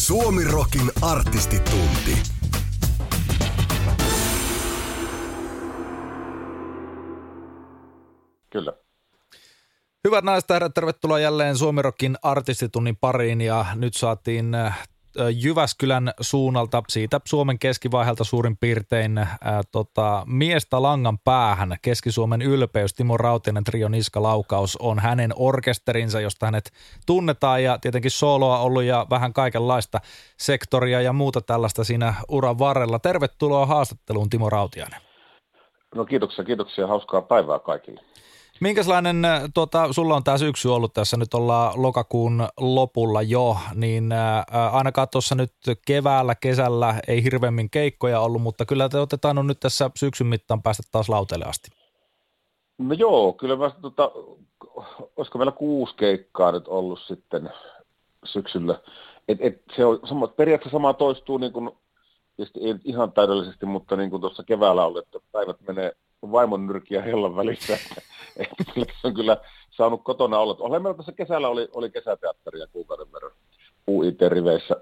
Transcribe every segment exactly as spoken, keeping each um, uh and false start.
Suomi-rokin artistitunti. Kyllä. Hyvät naiset ja herrat, tervetuloa jälleen Suomi-rokin artistitunnin pariin ja nyt saatiin Jyväskylän suunnalta siitä Suomen keskivaiheelta suurin piirtein ää, tota, miestä langan päähän. Keski-Suomen ylpeys Timo Rautiainen Trio Niskalaukaus on hänen orkesterinsa, josta hänet tunnetaan ja tietenkin sooloa ollut ja vähän kaikenlaista sektoria ja muuta tällaista siinä uran varrella. Tervetuloa haastatteluun Timo Rautiainen. No kiitoksia, kiitoksia. Hauskaa päivää kaikille. Minkälainen, tuota, sulla on tämä syksy ollut tässä, nyt ollaan lokakuun lopulla jo, niin ää, ainakaan tuossa nyt keväällä, kesällä ei hirveämmin keikkoja ollut, mutta kyllä te olette tainnut nyt tässä syksyn mittaan päästä taas lauteelle asti. No joo, kyllä mä, tota, olisiko meillä kuusi keikkaa nyt ollut sitten syksyllä. Et, et se on sama, periaatteessa sama toistuu niin kuin, ei ihan täydellisesti, mutta niin kuin tuossa keväällä oli, että päivät menee vaimon nyrkiä hellan välissä, että, että se on kyllä saanut kotona olla. Olen meillä tässä kesällä oli, oli kesäteatteria kuukauden verran U I T-riveissä.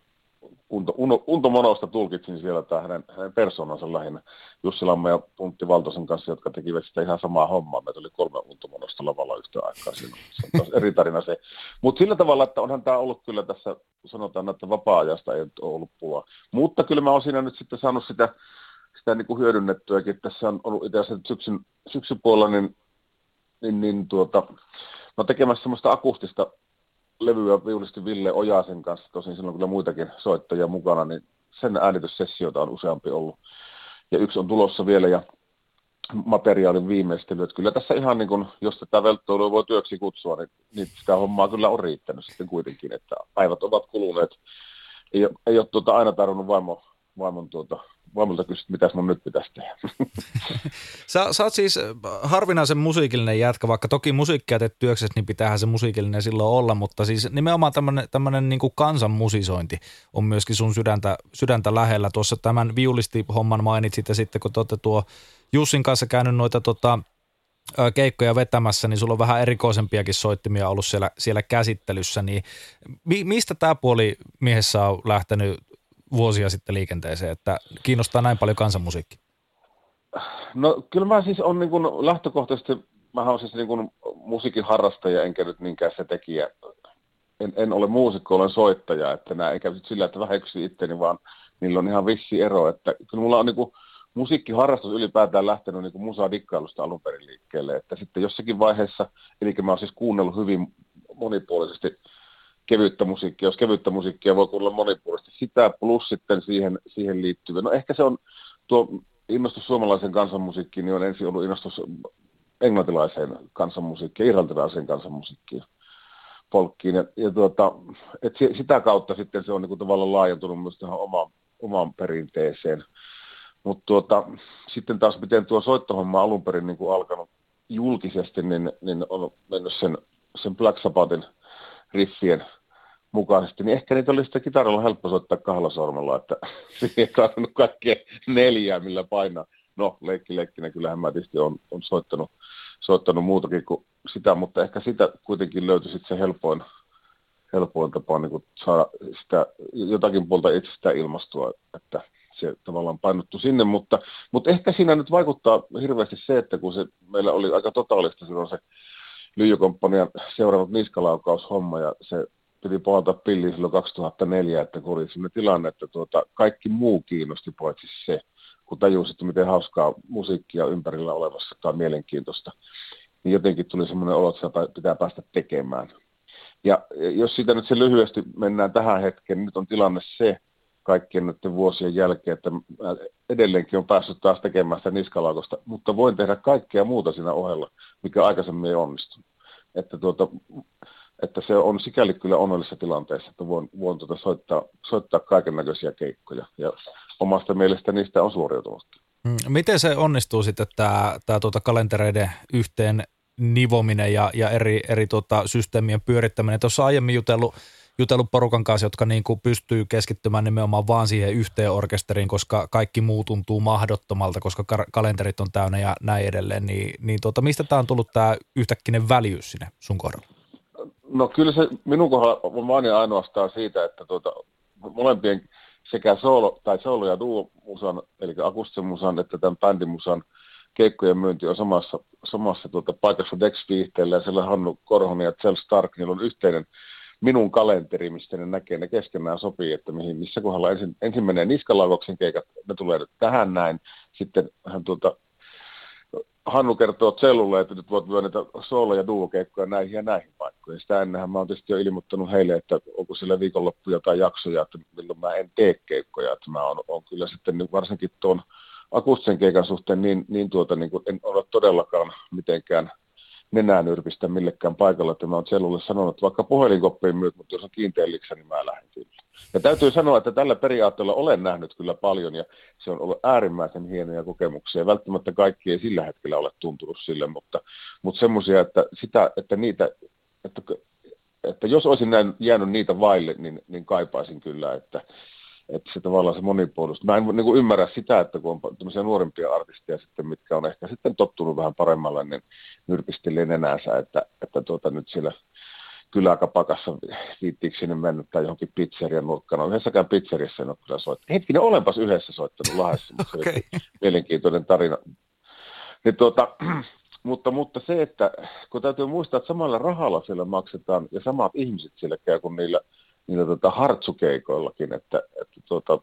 Unto, Unto Monosta tulkitsin siellä tämä hänen, hänen persoonansa lähinnä Jussi Lamme ja Puntti Valtosen kanssa, jotka tekivät sitä ihan samaa hommaa. Meitä oli kolme Unto Monosta lavalla yhtä aikaa. Siinä se on taas eri tarina se. Mutta sillä tavalla, että onhan tämä ollut kyllä tässä, sanotaan, että vapaa-ajasta ei ole ollut pulaa. Mutta kyllä mä olen siinä nyt sitten saanut sitä, sitä niin kuin hyödynnettyäkin. Tässä on ollut itse asiassa syksyn, syksyn puolella, niin, niin, niin tuota, mä oon tekemässä semmoista akustista levyä viulisti Ville Ojasen kanssa, tosin silloin kyllä muitakin soittajia mukana, niin sen äänityssessioita on useampi ollut. Ja yksi on tulossa vielä ja materiaalin viimeistely. Että kyllä tässä ihan niin kuin, jos tätä velttoilua voi työksi kutsua, niin, niin sitä hommaa kyllä on riittänyt sitten kuitenkin, että päivät ovat kuluneet. Ei, ei ole tuota aina tarvinnut vaimo, vaimon tuota, vaimolta kysyä, mitä mun nyt pitäisi tehdä. Sä, sä oot siis harvinaisen musiikillinen jätkä, vaikka toki musiikkia teet työksessä, niin pitäähän se musiikillinen silloin olla, mutta siis nimenomaan tämmöinen, tämmöinen niin kuin kansanmusisointi on myöskin sun sydäntä, sydäntä lähellä. Tuossa tämän viulistihomman mainitsit ja sitten kun te olette tuo Jussin kanssa käynyt noita tota, keikkoja vetämässä, niin sulla on vähän erikoisempiakin soittimia ollut siellä, siellä käsittelyssä, niin mi, mistä tämä puoli miehessä on lähtenyt vuosia sitten liikenteeseen, että kiinnostaa näin paljon kansanmusiikki? No kyllä mä siis on niin kuin lähtökohtaisesti, mä oon siis niin kuin musiikin harrastaja, enkä nyt niinkään se tekijä. En, en ole muusikko, olen soittaja, että nämä ei käy sillä, että väheksy itteni, vaan niillä on ihan vissi ero, että kyllä mulla on niin kuin musiikkiharrastus ylipäätään lähtenyt niin kuin musa-dikkailusta alun perin liikkeelle, että sitten jossakin vaiheessa, eli mä oon siis kuunnellut hyvin monipuolisesti kevyttä musiikkia, jos kevyttä musiikkia voi kuulla monipuolisesti sitä, plus sitten siihen, siihen liittyvä. No ehkä se on tuo innostus suomalaiseen kansanmusiikkiin, niin on ensin ollut innostus englantilaiseen kansanmusiikkiin, irlantilaiseen kansanmusiikkiin, folkkiin. Ja, ja tuota, et sitä kautta sitten se on niin kuin tavallaan laajentunut myös tähän omaan, omaan perinteeseen. Mutta tuota, sitten taas miten tuo soittohomma alun perin niin kuin alkanut julkisesti, niin, niin on mennyt sen, sen Black Sabbathin riffien mukaisesti, niin ehkä niitä oli sitä kitaralla helppo soittaa kahdella sormella, että siihen ei tarvinnut kaikkea neljää, millä painaa. No, leikki leikkinä, kyllähän mä tietysti on, on soittanut, soittanut muutakin kuin sitä, mutta ehkä sitä kuitenkin löytyi sitten se helpoin, helpoin tapa niin kuin saada sitä, jotakin puolta itse sitä ilmastua, että se tavallaan painottu sinne, mutta, mutta ehkä siinä nyt vaikuttaa hirveästi se, että kun se meillä oli aika totaalista silloin se Lyijykomppanian seurannut niskalaukaus-homma ja se piti puhaltaa pilliin silloin kaksituhattaneljä, että kun oli sellainen tilanne, että tuota, kaikki muu kiinnosti paitsi se, kun tajusit, miten hauskaa musiikkia ympärillä olevassa tai mielenkiintoista, niin jotenkin tuli semmoinen olo, että pitää päästä tekemään. Ja jos siitä nyt se lyhyesti mennään tähän hetkeen, niin nyt on tilanne se kaikkien näiden vuosien jälkeen, että edelleenkin on päässyt taas tekemään sitä niskalaukosta, mutta voin tehdä kaikkea muuta siinä ohella, mikä aikaisemmin ei onnistunut. Että, tuota, että se on sikäli kyllä onnellisessa tilanteessa, että voin, voin tuota soittaa, soittaa kaiken näköisiä keikkoja ja omasta mielestä niistä on suoriutunut. Miten se onnistuu sitten tämä, tämä tuota kalentereiden yhteen nivominen ja, ja eri, eri tuota systeemien pyörittäminen? Tuossa aiemmin jutellut, jutellut porukan kanssa, jotka niin kuin pystyy keskittymään nimenomaan vaan siihen yhteen orkesteriin, koska kaikki muu tuntuu mahdottomalta, koska kalenterit on täynnä ja näin edelleen. Niin, niin tuota, mistä tämä on tullut tämä yhtäkkinen väljyys sinne sun kohdalla? No kyllä se minun kohdalla on vain ja ainoastaan siitä, että tuota, molempien sekä solo, tai solo- ja duo-musan, eli akustisen musan, että tämän bändimusan keikkojen myynti on samassa, samassa tuota, paikassa Dex-viihteellä, ja siellä Hannu Korhonen ja Chel Stark, niillä on yhteinen minun kalenteri, mistä ne näkee, ne keskenään sopii, että mihin, missä kohdalla ensin, ensin menee Niskalauksen keikat, ne tulee nyt tähän näin, sitten hän tuota, Hannu kertoo Cellulle, että nyt voit myönnätä soolo- ja duo-keikkoja näihin ja näihin paikkoihin. Sitä ennenhän mä oon tietysti jo ilmoittanut heille, että onko siellä viikonloppuja tai jaksoja, että milloin mä en tee keikkoja. Että mä oon, oon kyllä sitten niin varsinkin tuon akustisen keikan suhteen niin, niin, tuota, niin kuin en ole todellakaan mitenkään nenään yrpistä millekään paikalla. Että mä oon Cellulle sanonut, että vaikka puhelinkoppiin myyt, mutta jos on kiinteä liksa, niin mä lähden kyllä. Ja täytyy sanoa, että tällä periaatteella olen nähnyt kyllä paljon ja se on ollut äärimmäisen hienoja kokemuksia. Välttämättä kaikki ei sillä hetkellä ole tuntunut sille, mutta, mutta semmoisia, että, sitä, että, niitä, että, että jos olisin näin jäänyt niitä vaille, niin, niin kaipaisin kyllä, että, että se tavallaan se monipuolisuus. Mä en niin kuin ymmärrä sitä, että kun on tämmöisiä nuorempia artisteja sitten, mitkä on ehkä sitten tottunut vähän paremmalle, niin nyrkistelee nenänsä, että, että tuota, nyt siellä kyläkapakassa viittiinkö sinne mennä tai johonkin pizzerian nurkkana. Yhdessäkään pizzeriassa en ole kyllä soittanut. Hetkinen, olenpas yhdessä soittanut Lahdessa, mutta okay. Se oli mielenkiintoinen tarina. Niin tuota, mutta, mutta se, että kun täytyy muistaa, että samalla rahalla siellä maksetaan ja samat ihmiset siellä käy kuin niillä, niillä tuota hartsukeikoillakin, että, että tuota,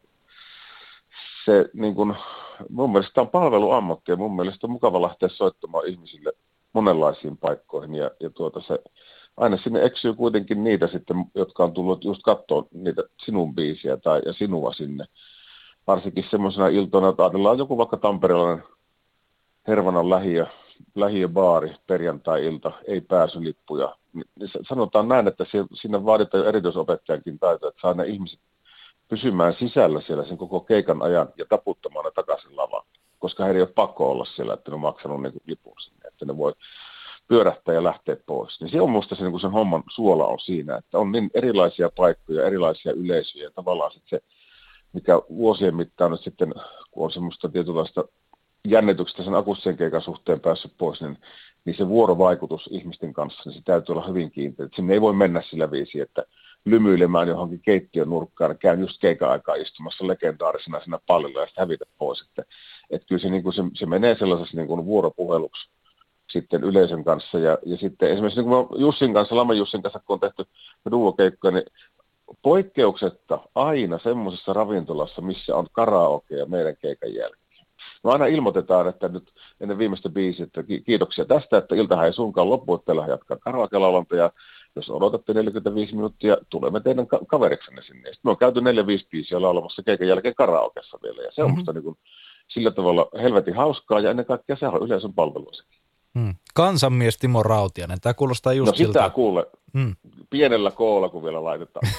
se niin kuin, mun mielestä on palveluammatti ja mun mielestä on mukava lähteä soittamaan ihmisille monenlaisiin paikkoihin ja, ja tuota se aina sinne eksyy kuitenkin niitä sitten, jotka on tullut just katsoa niitä sinun biisiä tai ja sinua sinne. Varsinkin semmoisena iltoina, että ajatellaan joku vaikka tamperelainen Hervanan lähiö, lähiöbaari, perjantai-ilta, ei pääsy lippuja. Sanotaan näin, että sinne vaaditaan jo erityisopettajankin taito, että saa ne ihmiset pysymään sisällä siellä sen koko keikan ajan ja taputtamaan ne takaisin lavaan. Koska heidän ei ole pakko olla siellä, että ne on maksanut niin lipun sinne, että ne voi pyörähtää ja lähteä pois. Niin se on musta se, niin kuin sen homman suola on siinä, että on niin erilaisia paikkoja, erilaisia yleisöjä. Ja tavallaan sitten se, mikä vuosien mittaan nyt sitten, kun on semmoista tietynlaista jännityksestä sen akustisen keikan suhteen päässyt pois, niin, niin se vuorovaikutus ihmisten kanssa, niin se täytyy olla hyvin kiinteä. Sinne ei voi mennä sillä viisi, että lymyilemään johonkin keittiön nurkkaan, käyn just keikan aikaa istumassa legendaarisena siinä pallilla ja sitten hävitä pois. Että, että kyllä se, niin kuin se, se menee sellaisessa niin kuin vuoropuheluksi sitten yleisön kanssa. Ja, ja sitten esimerkiksi niin kuin Jussin kanssa, Lama Jussin kanssa, kun on tehty duo-keikkoja, niin poikkeuksetta aina semmoisessa ravintolassa, missä on karaoke ja meidän keikan jälkeen. No aina ilmoitetaan, että nyt ennen viimeistä biisiä, että kiitoksia tästä, että iltahan ei suinkaan loppu, että teillä jatkaa karaoke-laulanta ja jos odotatte neljäkymmentäviisi minuuttia, tulemme teidän ka- kaveriksenne sinne. Sitten me on käyty neljä viisi biisiä laulamassa keikan jälkeen karaokessa vielä ja se on mm-hmm. musta niin kuin sillä tavalla helvetin hauskaa ja ennen kaikkea se on yleisön palvelua sekin. Hmm. Kansanmies Timo Rautiainen. Tämä kuulostaa just no, siltä. No sitä kuule. Hmm. Pienellä koolla, kun vielä laitetaan.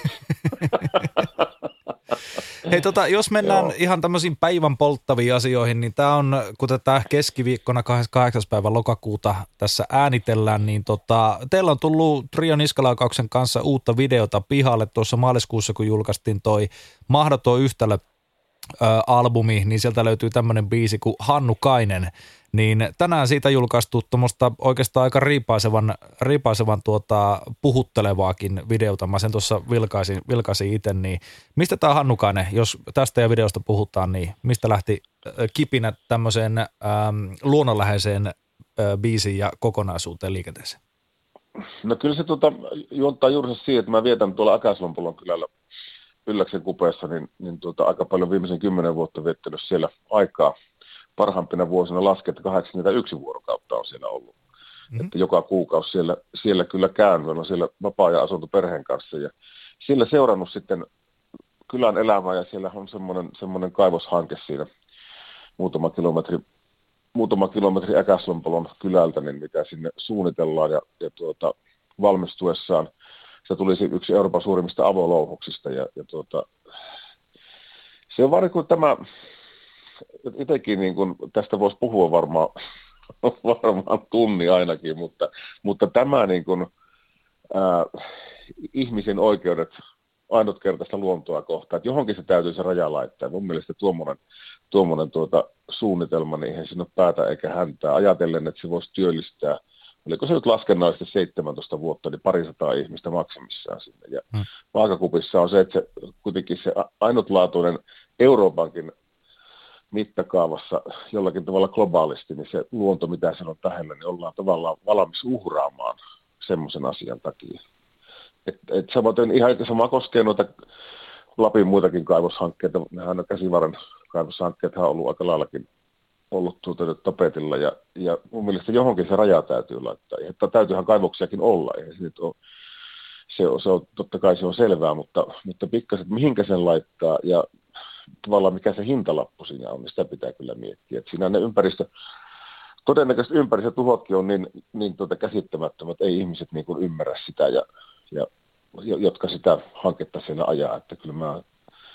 Hei, tota, jos mennään Joo. ihan tämmöisiin päivän polttaviin asioihin, niin tämä on, kun tätä keskiviikkona kahdeskymmeneskahdeksas päivä lokakuuta tässä äänitellään, niin tota, teillä on tullut Trio Niskalaukauksen kanssa uutta videota pihalle tuossa maaliskuussa, kun julkaistiin toi Mahdoton yhtälö albumi, niin sieltä löytyy tämmöinen biisi kuin Hannukainen, niin tänään siitä julkaistu tuommoista oikeastaan aika riipaisevan, riipaisevan tuota, puhuttelevaakin videota, mä sen tuossa vilkaisin, vilkaisin itse, niin mistä tämä Hannukainen, jos tästä ja videosta puhutaan, niin mistä lähti kipinä tämmöiseen ähm, luonnonläheiseen äh, biisiin ja kokonaisuuteen liikenteeseen? No kyllä se tuota, juontaa juuri siihen, että mä vietän tuolla Äkäslompolon kylällä Ylläksen kupeessa, niin, niin tuota, aika paljon viimeisen kymmenen vuotta viettänyt siellä aikaa. Parhaimpina vuosina laskee, että kahdeksankymmentäyksi vuorokautta on siellä ollut. Mm-hmm. Että joka kuukausi siellä, siellä kyllä käyn. Meillä on siellä vapaa-ajan asunto perheen kanssa. Ja siellä seurannut sitten kylän elämää ja siellä on semmoinen, semmoinen kaivoshanke siinä muutama kilometri, muutama kilometri Äkäslompolon kylältä, niin mitä sinne suunnitellaan ja, ja tuota, valmistuessaan. Se tulisi yksi Euroopan suurimmista avolouhoksista ja, ja tuota, se on vaan niin kuin tämä, itsekin niin kuin, tästä voisi puhua varmaan, varmaan tunni ainakin, mutta, mutta tämä niin kuin, ää, ihmisen oikeudet ainutkertaista luontoa kohtaan, että johonkin se täytyy se raja laittaa. Mun mielestä tuommoinen, tuommoinen tuota, suunnitelma, niin eihän siinä ole päätä eikä häntää. Ajatellen, että se voisi työllistää, oliko se nyt laskennallisesti seitsemäntoista vuotta, niin parisataa ihmistä maksimissaan sinne. Ja hmm. vaakakupissa on se, että se kuitenkin se ainutlaatuinen Euroopankin mittakaavassa jollakin tavalla globaalisti, niin se luonto, mitä siellä on lähellä, niin ollaan tavallaan valmis uhraamaan semmoisen asian takia. Et, et samoin ihan sama koskee noita Lapin muitakin kaivoshankkeita. Nehän on Käsivarren kaivoshankkeet on ollut aika laillakin ollut tuota tapetilla, ja, ja mun mielestä johonkin se raja täytyy laittaa. Että täytyyhän kaivoksiakin olla, eihän se nyt ole, se on, se on, totta kai se on selvää, mutta, mutta pikkasen, mihinkä sen laittaa, ja tavallaan mikä se hintalappu siinä on, niin sitä pitää kyllä miettiä. Että siinä ne ympäristö, todennäköisesti ympäristötuhotkin on niin, niin tuota käsittämättömät, ei ihmiset niin kuin ymmärrä sitä, ja, ja jotka sitä hanketta siinä ajaa, että kyllä mä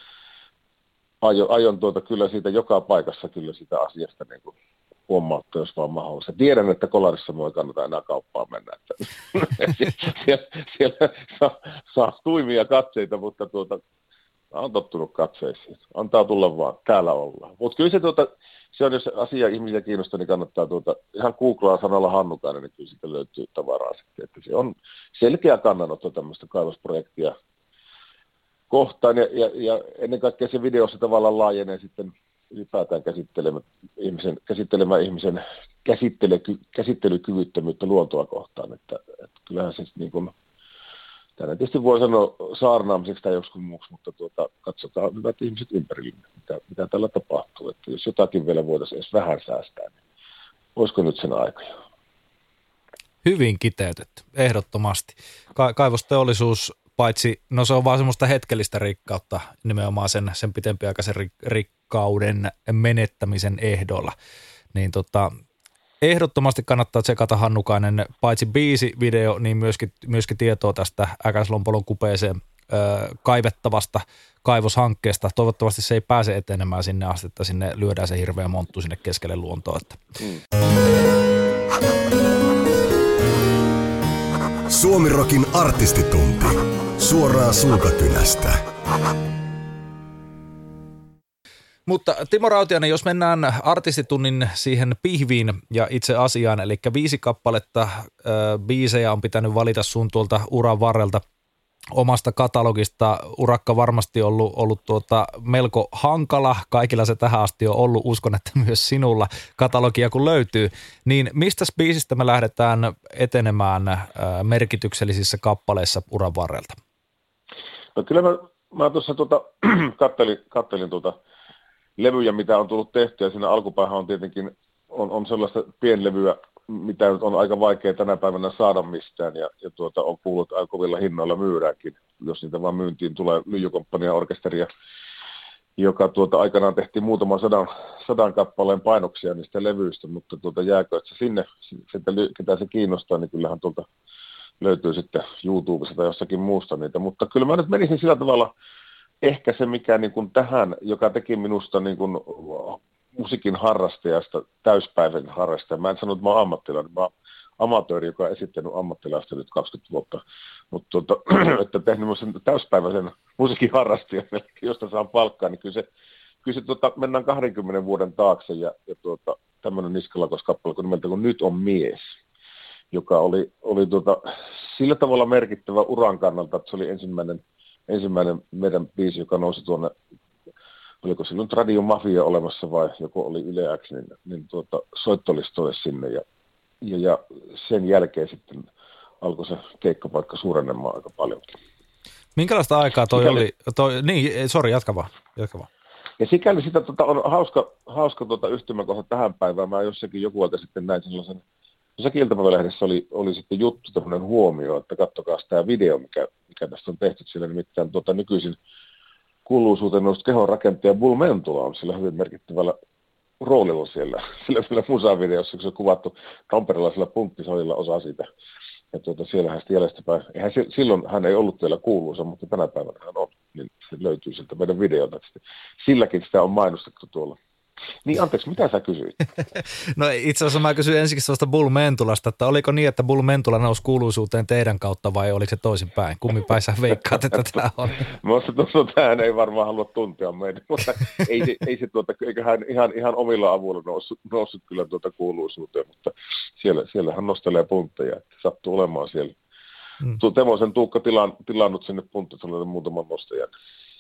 aion, aion tuota kyllä siitä joka paikassa kyllä sitä asiasta niin kuin huomauttaa, jos vaan mahdollista. Tiedän, että Kolarissa me ei kannata enää kauppaan mennä, että siellä, siellä saa, saa tuimia katseita, mutta tuota, on tottunut katseisiin. Antaa tulla vaan, täällä ollaan. Mutta kyllä se, tuota, se on, jos asia ihmisiä kiinnostaa, niin kannattaa tuota, ihan googlaa sanalla Hannukainen, niin kyllä siitä löytyy tavaraa sitten. Että se on selkeä kannanotto tämmöistä kaivosprojektia kohtaan, ja, ja, ja ennen kaikkea se videossa tavallaan laajenee sitten ylipäätään käsittelemään ihmisen, käsittelemään ihmisen käsittely, käsittelykyvyttömyyttä luontoa kohtaan. Että, että kyllähän se niin kuin, tänä tietysti voi sanoa saarnaamiseksi tai joskus muuksi, mutta tuota, katsotaan hyvät ihmiset ympärille, mitä, mitä tällä tapahtuu. Että jos jotakin vielä voitaisiin edes vähän säästää, niin olisiko nyt sen aika jo? Hyvin kiteytetty, ehdottomasti. Ka- kaivosteollisuus, paitsi, no se on vaan semmoista hetkellistä rikkautta, nimenomaan sen, sen pitempiaikaisen rik- rikkauden menettämisen ehdolla, niin tota, ehdottomasti kannattaa tsekata Hannukainen, paitsi biisivideo, niin myöskin, myöskin tietoa tästä Äkäslompolon kupeeseen ö, kaivettavasta kaivoshankkeesta. Toivottavasti se ei pääse etenemään sinne asti, että sinne lyödään se hirveä monttu sinne keskelle luontoa. Mm. Suomirokin artistitunti. Suoraan Sulkakynästä. Mutta Timo Rautiainen, jos mennään artistitunnin siihen pihviin ja itse asiaan, eli viisi kappaletta äh, biisejä on pitänyt valita sun tuolta uran varrelta omasta katalogista. Urakka varmasti ollut, ollut tuota melko hankala, kaikilla se tähän asti on ollut, uskon, että myös sinulla katalogia kun löytyy. Niin mistä biisistä me lähdetään etenemään äh, merkityksellisissä kappaleissa uran varrelta? No kyllä mä, mä tuossa tuota, kattelin, kattelin tuota levyjä, mitä on tullut tehtyä. Siinä alkupäähän on tietenkin on, on sellaista pienlevyä, mitä on aika vaikea tänä päivänä saada mistään, ja, ja tuota, on kuullut aika kovilla hinnoilla myydäänkin, jos niitä vaan myyntiin tulee Lyijykomppanian orkesteria, joka tuota, aikanaan tehtiin muutaman sadan, sadan kappaleen painoksia niistä levyistä, mutta tuota, jääkö, että sinne, sitten, ketä se kiinnostaa, niin kyllähän tuolta löytyy sitten YouTubesta tai jossakin muusta niitä, mutta kyllä mä nyt menisin sillä tavalla, ehkä se mikä niin kuin tähän, joka teki minusta niin kuin musiikin harrastajasta täyspäivän harrastaja. Mä en sano, että mä oon ammattilainen, mä oon amatööri, joka on esittänyt ammattilaista nyt kaksikymmentä vuotta, mutta tuota, että tehnyt sen täyspäiväisen musiikin harrastajan, josta saan palkkaa, niin kyllä se, kyllä se tuota, mennään kahdenkymmenen vuoden taakse, ja, ja tuota, tämmöinen niskalakoskappale kun nimeltä kun Nyt on mies, joka oli, oli tuota, sillä tavalla merkittävä uran kannalta, että se oli ensimmäinen Ensimmäinen meidän biisi, joka nousi tuonne, oliko silloin Radio Mafia olemassa vai joku oli Yle X, niin, niin tuota, soittolistoille sinne. Ja, ja, ja sen jälkeen sitten alkoi se keikkapaikka suurenemaan aika paljon. Minkälaista aikaa toi sikäli, oli? Toi, niin, sori, jatka vaan. Jatka vaan. Ja sikäli sitä tota, on hauska, hauska tuota yhtymäkohta tähän päivään. Mä jossakin joku aika sitten näin sellaisen, jossakin iltapäivälehdessä oli, oli sitten juttu, tämmöinen huomio, että katsokaa tämä video, mikä, mikä tästä on tehty. Sillä nimittäin tuota, nykyisin kuuluisuuteen noussut kehon rakentaja Bull Mentula on sillä hyvin merkittävällä roolilla siellä, sillä, sillä musavideossa, kun se on kuvattu tamperelaisella punttisalilla osa siitä. Ja tuota, siellähän sitten jäljestäpäin, eihän se, silloin hän ei ollut vielä kuuluisa, mutta tänä päivänä hän on, niin se löytyy sieltä meidän videolta. Silläkin sitä on mainostettu tuolla. Niin anteeksi, mitä sä kysyit? No itse asiassa mä kysyin ensikin tuosta Bull Mentulasta, että oliko niin, että Bull Mentula nousi kuuluisuuteen teidän kautta vai oliko se toisinpäin? Kummin päin sä veikkaat, että tämä on? Minusta tuossa tähän ei varmaan halua tuntea meitä, mutta ei se, ei se tuota, eiköhän ihan, ihan omilla avulla noussut, noussut kyllä tuota kuuluisuuteen, mutta siellä, siellä hän nostelee puntteja, että sattuu olemaan siellä. Hmm. Temosen Tuukka tilan, tilannut sinne punttisalille muutaman nostajan.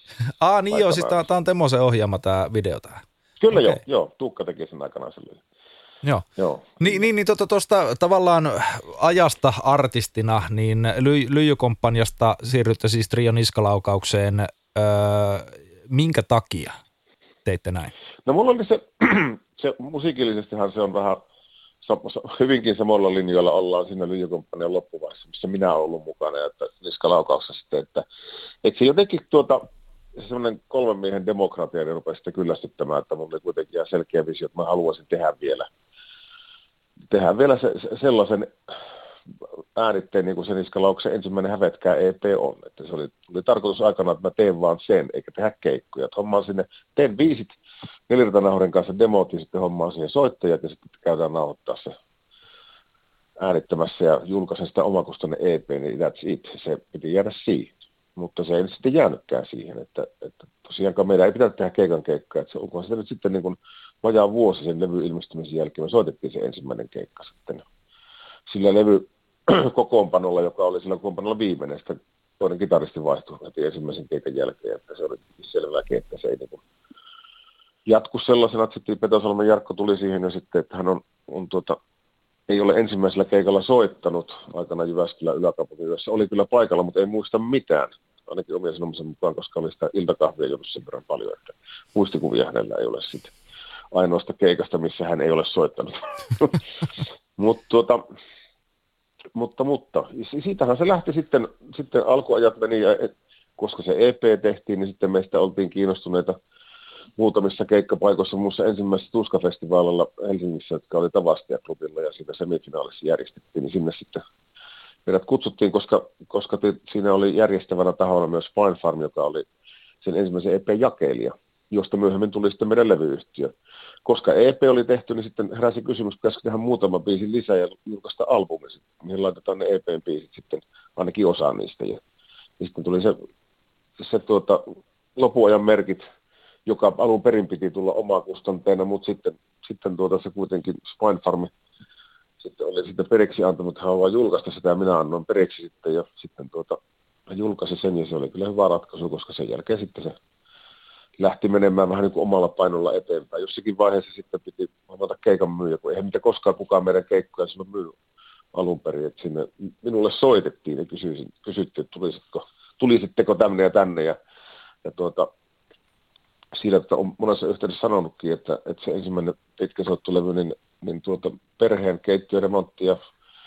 Ah niin joo, siis tämä on Temosen ohjaama tämä video tähän. Kyllä okay. joo, joo, Tuukka teki sen aikanaan silleen. Joo. Joo. Niin, niin, niin tuosta tuota, tavallaan ajasta artistina, niin ly, Lyijykomppaniasta siirrytte siis Trio Niskalaukaukseen. Öö, minkä takia teitte näin? No mulla oli se, se musiikillisestihan se on vähän hyvinkin samalla linjoilla ollaan siinä Lyijykomppanian loppuvaiheessa, missä minä olen ollut mukana, että Niskalaukauksessa sitten, että, että se jotenkin tuota, semmoinen kolmen miehen demokratia niin rupesi sitten kyllästyttämään, että mulla oli kuitenkin selkeä visio, että mä haluaisin tehdä vielä, tehdä vielä se, se, sellaisen äänitteen, niin kuin se Niskalauksen ensimmäinen Hävetkää E P on. Että se oli, oli tarkoitus aikana, että mä teen vaan sen, eikä tehdä keikkoja. Että hommaan sinne, teen biisit Neliriltanauhurin kanssa demot ja sitten hommaan siihen soittajat ja sitten käydään nauhoittaa se äänittämässä ja julkaisen sitä omakustanne E P, niin that's it. Se piti jäädä siihen. Mutta se ei sitten jäänytkään siihen, että, että tosiaankaan meidän ei pitänyt tehdä keikan keikkaa. Että se onko sitä nyt sitten niin kuin vajaa vuosi sen levy ilmestymisen jälkeen. Me soitettiin se ensimmäinen keikka sitten sillä levy kokoonpanolla, joka oli sillä kokoonpanolla viimeinen. Sitten toinen kitaristi vaihtui heti ensimmäisen keikan jälkeen, että se oli selvääkin, että se ei niin kuin jatku sellaisena, että sitten Petosalmen Jarkko tuli siihen ja sitten, että hän on, on tuota, ei ole ensimmäisellä keikalla soittanut aikana Jyväskylän Yläkaupunkiyössä. Oli kyllä paikalla, mutta ei muista mitään, ainakin omien sanomisen mukaan, koska oli sitä iltakahvia juonut sen verran paljon, että muistikuvia hänellä ei ole sitten ainoasta keikasta, missä hän ei ole soittanut. Mut, tuota, mutta, mutta, siitähän se lähti sitten, sitten alkuajat meni, ja et, koska se E P tehtiin, niin sitten meistä oltiin kiinnostuneita muutamissa keikkapaikoissa, muussa ensimmäisessä Tuska-festivaalilla Helsingissä, jotka oli Tavastia-klubilla ja siinä semifinaalissa järjestettiin, niin sinne sitten meidät kutsuttiin, koska, koska siinä oli järjestävänä tahona myös Spine Farm, joka oli sen ensimmäisen E P-jakelija, josta myöhemmin tuli sitten meidän levyyhtiö. Koska E P oli tehty, niin sitten heräsi kysymys, pitäisikö tehdä muutama biisi lisää ja julkaista albumi, mihin laitetaan ne E P:n biisit sitten, ainakin osa niistä. Ja, ja sitten tuli se, se tuota, lopuajan merkit, joka alun perin piti tulla omaa kustanteena, mutta sitten, sitten tuota, se kuitenkin Spine Farm sitten oli sitten periksi antanut, että hän haluaa julkaista sitä, ja minä annoin periksi sitten, ja sitten tuota, julkaisi sen, ja se oli kyllä hyvä ratkaisu, koska sen jälkeen sitten se lähti menemään vähän niin kuin omalla painolla eteenpäin. Jossakin vaiheessa sitten piti hommata keikan myyjä, kun eihän mitä koskaan kukaan meidän keikkoja silloin myy alun perin, että sinne minulle soitettiin ja kysyin, kysyttiin, että tulisitko, tulisitteko tänne ja tänne, ja, ja tuota, siinä että on monessa yhteydessä sanonutkin, että, että se ensimmäinen pitkäsoittolevy, niin, niin tuota, perheen keittiöremonttia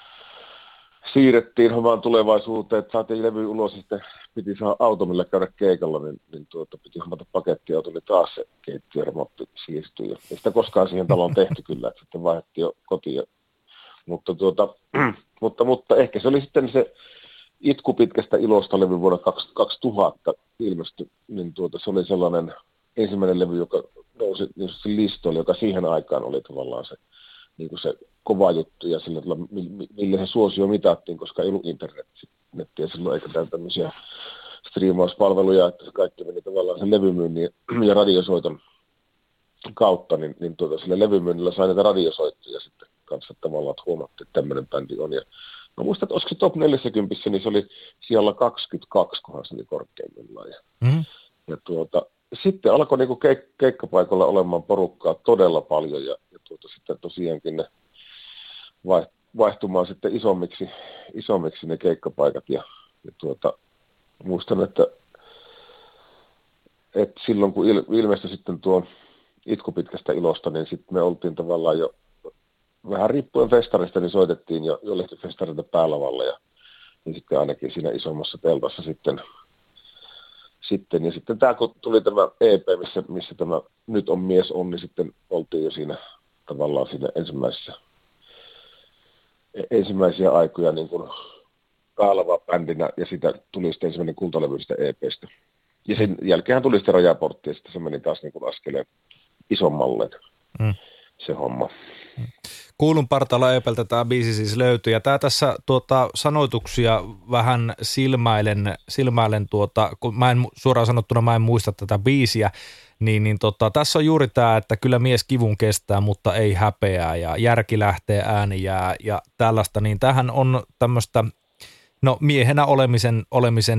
siirrettiin omaan tulevaisuuteen, että saatiin levy ulos ja sitten piti saada auto, millä käydä keikalla, niin, niin tuota, piti hommata pakettiauto, niin taas se keittiöremontti siirtyi. Ja ei sitä koskaan siihen taloon tehty kyllä, että sitten vaihdettiin jo kotiin. Mutta, tuota, mutta, mutta ehkä se oli sitten se Itku pitkästä ilosta levy vuonna kaksituhatta ilmestyi, niin tuota, se oli sellainen ensimmäinen levy, joka nousi niin listoille, joka siihen aikaan oli tavallaan se, niin kuin se kova juttu ja sillä tavalla, millä se suosio mitattiin, koska ei ollut internettiä silloin eikä tämmöisiä striimauspalveluja, että se kaikki meni tavallaan sen levymyynnin ja radiosoiton kautta, niin, niin tuota, sillä levymyynnillä sai näitä radiosoittoja sitten kanssa tavallaan, että huomattiin, että tämmöinen bändi on. Ja mä muistan, että olisiko se top neljäkymmentä, niin se oli siellä kaksikymmentäkaksi, kohan se oli korkeimmillaan. Ja, mm-hmm. ja tuota, sitten alkoi niinku keik- keikkapaikalla olemaan porukkaa todella paljon ja, ja tuota, sitten tosiaankin ne vaihtumaan sitten isommiksi, isommiksi ne keikkapaikat ja, ja tuota, muistan, että, että silloin kun il, ilmestyi sitten tuo Itku pitkästä ilosta, niin sitten me oltiin tavallaan jo vähän riippuen festarista, niin soitettiin jo jollekin festarilta päälavalla ja niin sitten ainakin siinä isommassa teltassa sitten Sitten, ja sitten tämä, kun tuli tämä E P, missä, missä tämä Nyt on mies on, niin sitten oltiin jo siinä tavallaan siinä ensimmäisessä, ensimmäisiä aikoja niin kuin kaalava bändinä, ja siitä tuli sitten ensimmäinen kultalevy sitä E P:stä. Ja sen jälkeen tuli sitten Rajaportti, ja sitten se meni taas niin kuin askeleen isommalle mm. se homma. Mm. Kuulun partaalla E P:ltä tämä biisi siis löytyy, ja tämä tässä tuota, sanoituksia vähän silmäilen, silmäilen tuota, kun mä en, suoraan sanottuna mä en muista tätä biisiä, niin, niin tota, tässä on juuri tämä, että kyllä mies kivun kestää, mutta ei häpeää, ja järki lähtee, ääni jää, ja tällaista, niin tämähän on tämmöistä, no miehenä olemisen, olemisen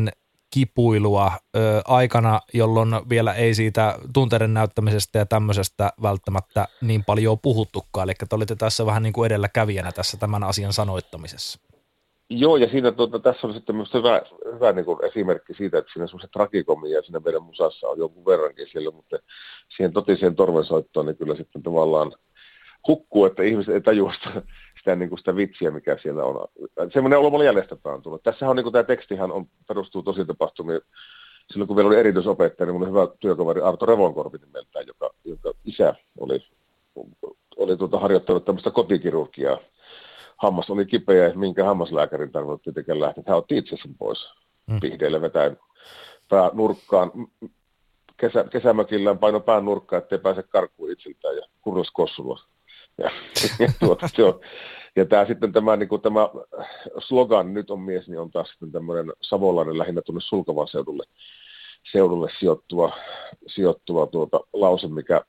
kipuilua ö, aikana, jolloin vielä ei siitä tunteiden näyttämisestä ja tämmöisestä välttämättä niin paljon puhuttukaan. Eli te olitte tässä vähän niin kuin edelläkävijänä tässä tämän asian sanoittamisessa. Joo, ja siinä tuota, tässä on sitten myös hyvä, hyvä niin kuin esimerkki siitä, että siinä semmoiset tragikomia siinä meidän musassa on jonkun verrankin siellä, mutta siihen totiseen torvensoittoon niin kyllä sitten tavallaan hukkuu, että ihmiset ei tajua sitä, sitä, niin kuin sitä vitsiä, mikä siellä on. Semmoinen olo jäljestäpäin on tullut. Tässähän on niin kuin tämä tekstihan on, perustuu tosi tapahtumiin. Silloin kun vielä oli erityisopettaja, niin mun hyvä työkaveri Arto Revonkorpi nimeltään, joka, joka isä oli, oli tuota harjoittanut tämmöistä kotikirurgiaa. Hammas oli kipeä ja minkä hammaslääkärin tarvinnut tietenkään lähteä. Hän otti itse sen pois mm. pihdeillä vetäen pää nurkkaan. Kesä, kesämökillään paino pään nurkkaan, ettei pääse karkuun itseltään ja kurras kossulla. Ja, ja, tuota, ja tämä sitten tämä, niin kuin tämä slogan, nyt on mies, niin on taas sitten tämmöinen savolainen lähinnä tuonne Sulkavan seudulle, seudulle sijoittuva, sijoittuva tuota, lause, mikä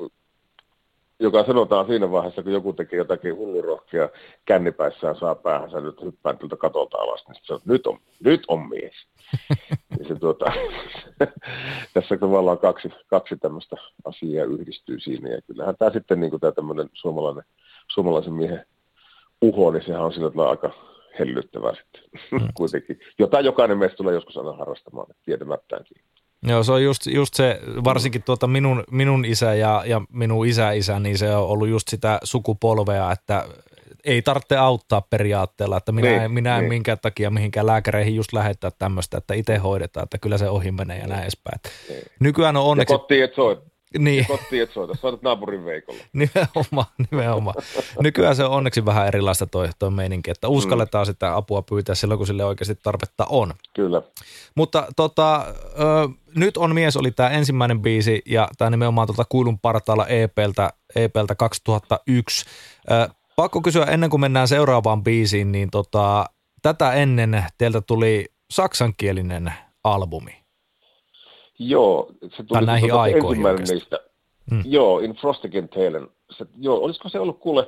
joka sanotaan siinä vaiheessa, kun joku tekee jotakin hullurohkea kännipäissään saa päähänsä, nyt hyppään tältä katolta alas, niin se on, nyt on, nyt on mies. Ja se, tuota, tässä tavallaan kaksi, kaksi tämmöistä asiaa yhdistyy siinä, ja kyllähän tämä sitten niin kuin tämä tämmöinen suomalainen, suomalaisen miehen uho, niin sehän on sillä tavalla aika hellyttävää sitten mm. kuitenkin, jota jokainen meistä tulee joskus aina harrastamaan, tietämättäänkin. Joo, se on just, just se, varsinkin tuota minun, minun isä ja, ja minun isä-isä, niin se on ollut just sitä sukupolvea, että ei tarvitse auttaa periaatteella, että minä, niin, en, minä en niin. minkään takia mihinkään lääkäreihin just lähettää tämmöistä, että itse hoidetaan, että kyllä se ohi menee ja näin edespäin. Niin. Nykyään on onneksi... Ja kotiin et soit. Niin. Ja kotiin et soita, soitat naapurin Veikolla. Nimenomaan, nimenomaan. Nykyään se on onneksi vähän erilaista toi, toi meininki, että uskalletaan mm. sitä apua pyytää silloin, kun sille oikeasti tarvetta on. Kyllä. Mutta tota, ö, nyt on mies oli tämä ensimmäinen biisi ja tämä nimenomaan tuolta Kuilun partaalla E P:ltä, E P:ltä kaksituhattayksi. Ö, pakko kysyä ennen kuin mennään seuraavaan biisiin, niin tota, tätä ennen teiltä tuli saksankielinen albumi. Joo, se tuli näihin aikoihin ensimmäinen niistä. Hmm. Joo, In Frostigen Talen. Se, joo, olisiko se ollut kuule?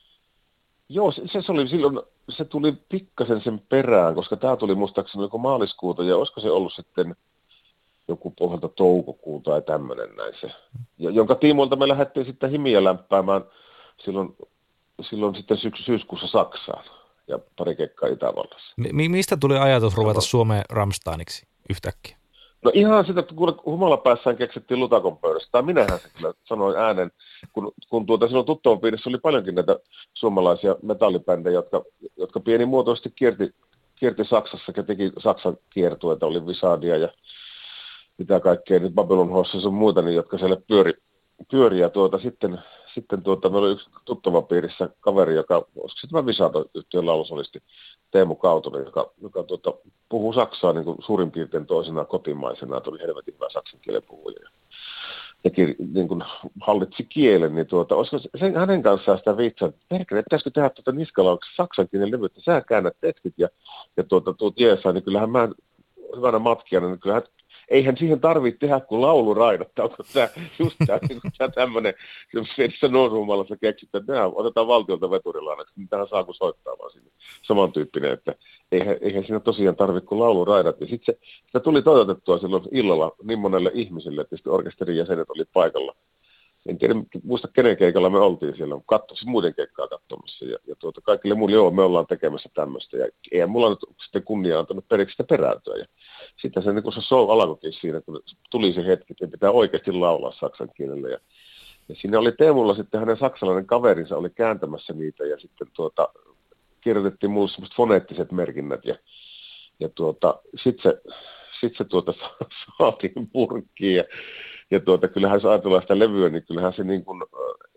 Joo, se, se oli silloin, se tuli pikkasen sen perään, koska tämä tuli muistaakseni joku maaliskuuta, ja olisiko se ollut sitten joku pohjalta toukokuuta tai tämmöinen näin se. Ja, jonka tiimoilta me lähdettiin sitten himiä lämpäämään silloin, silloin sitten syksy, syyskuussa Saksaan ja pari kekkaa Itävallassa. Mi- mistä tuli ajatus ruveta Suomeen Rammsteiniksi yhtäkkiä? No ihan sitä, että kun humalapäässään keksittiin Lutakon pöydässä, tai minähän se kyllä sanoin äänen, kun, kun tuota, silloin tuttavan piirissä oli paljonkin näitä suomalaisia metallibändejä, jotka, jotka pienimuotoisesti kierti, kierti Saksassa ja teki Saksan kiertueita, oli Visadia ja mitä kaikkea, nyt Babylon Horse ja muita, niin, jotka siellä pyöri, pyöri ja tuota, sitten, sitten tuota, meillä oli yksi tuttavan piirissä kaveri, joka, olisiko se tämä Visado-yhtiön laulusolisti, Teemu Kautonen, joka, joka tuota, puhuu saksaa niin kuin suurin piirtein toisena kotimaisena, että oli helvetin hyvä saksan kielen puhuja. Ja, ja niin kuin hallitsi kielen, niin tuota, olisiko sen, hänen kanssaan sitä viitsaa, että perkele, pitäisikö tehdä tuota Niskalauksessa saksan kielen levy, että sä käännät tekstit ja, ja tuota, tuo tiesaa, niin kyllähän mä hyvänä matkijana, niin kyllähän eihän siihen tarvitse tehdä kuin lauluraidat, onko tämä just tämä, niin tämä tämmöinen, missä nousuhumalassa keksitään, että nämä otetaan valtiolta veturilainaksi, niin tähän saa kun soittaa vaan sinne. Samantyyppinen, että eihän, eihän siinä tosiaan tarvitse kuin lauluraidat. Ja sitten se, sitä tuli toteutettua silloin illalla niin monelle ihmiselle, että sitten orkesterin jäsenet oli paikalla. En tiedä, muista kenen keikalla me oltiin siellä, katsoisin muiden keikkaa katsomassa. Ja, ja tuota, kaikille muille, joo, me ollaan tekemässä tämmöistä. Ja eihän mulla nyt sitten kunnia antanut periksi sitä perääntöä. Ja sitten se, niin kun se show alkoikin siinä, kun tuli se hetki, että pitää oikeasti laulaa saksan kielellä. Ja, ja siinä oli Teemulla sitten hänen saksalainen kaverinsa oli kääntämässä niitä. Ja sitten tuota, kirjoitettiin mulle semmoiset foneettiset merkinnät. Ja, ja tuota, sitten se, sit se tuota, saatiin purkkiin. Ja, Ja tuota, kyllähän jos ajatellaan sitä levyä, niin kyllähän se niin kuin,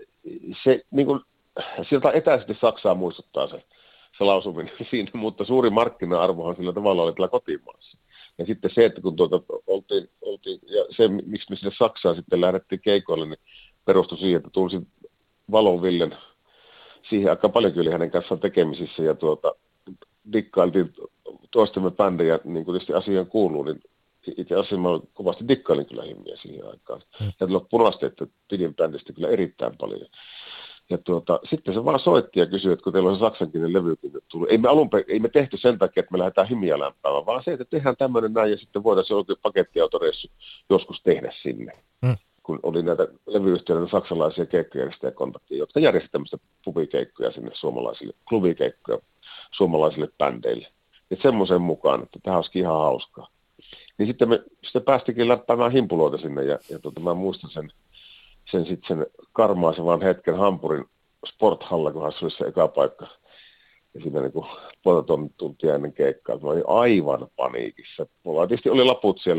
se niin kuin, sieltä etäisesti Saksaa muistuttaa se, se lausuminen siinä, mutta suuri markkina-arvohan sillä tavalla oli tällä kotimaassa. Ja sitten se, että kun tuota, oltiin, oltiin, ja se, miksi me sinne Saksaan sitten lähdettiin keikoille, niin perustui siihen, että tunsin Valon Villen siihen aika paljon kyllä hänen kanssaan tekemisissä, ja tuota, dikkailtiin toistemme bändejä, niin kuin tietysti asiaan kuuluu, niin itse asiassa mä kovasti dikkailin kyllä himmiä siihen aikaan. Hmm. Ja loppuun asti, että pidin bändistä kyllä erittäin paljon. Ja tuota, sitten se vaan soitti ja kysyi, että kun teillä on se saksankielinen levykin tullut. Ei me alun perin, ei me tehty sen takia, että me lähdetään Himiä lämpäämään, vaan se, että tehdään tämmöinen näin ja sitten voitaisiin oikein pakettiautoreissu joskus tehdä sinne. Mm. Kun oli näitä levyyhtiöiden saksalaisia keikkajärjestäjäkontakteja, jotka järjestivät tämmöistä pubikeikkoja sinne suomalaisille, klubikeikkoja suomalaisille bändeille. Että semmoisen mukaan, että tämä olisikin ihan hauskaa. Niin sitten me sitten päästikin läppäämään himpuloita sinne ja, ja tuota, mä muistan sen, sen sitten sen karmaisevan hetken Hampurin Sporthalla, kunhan se oli se eka paikka. Ja siinä niin kuin puolta tuntia ennen keikkaa. Mä olin aivan paniikissa. Mulla tietysti oli laput siellä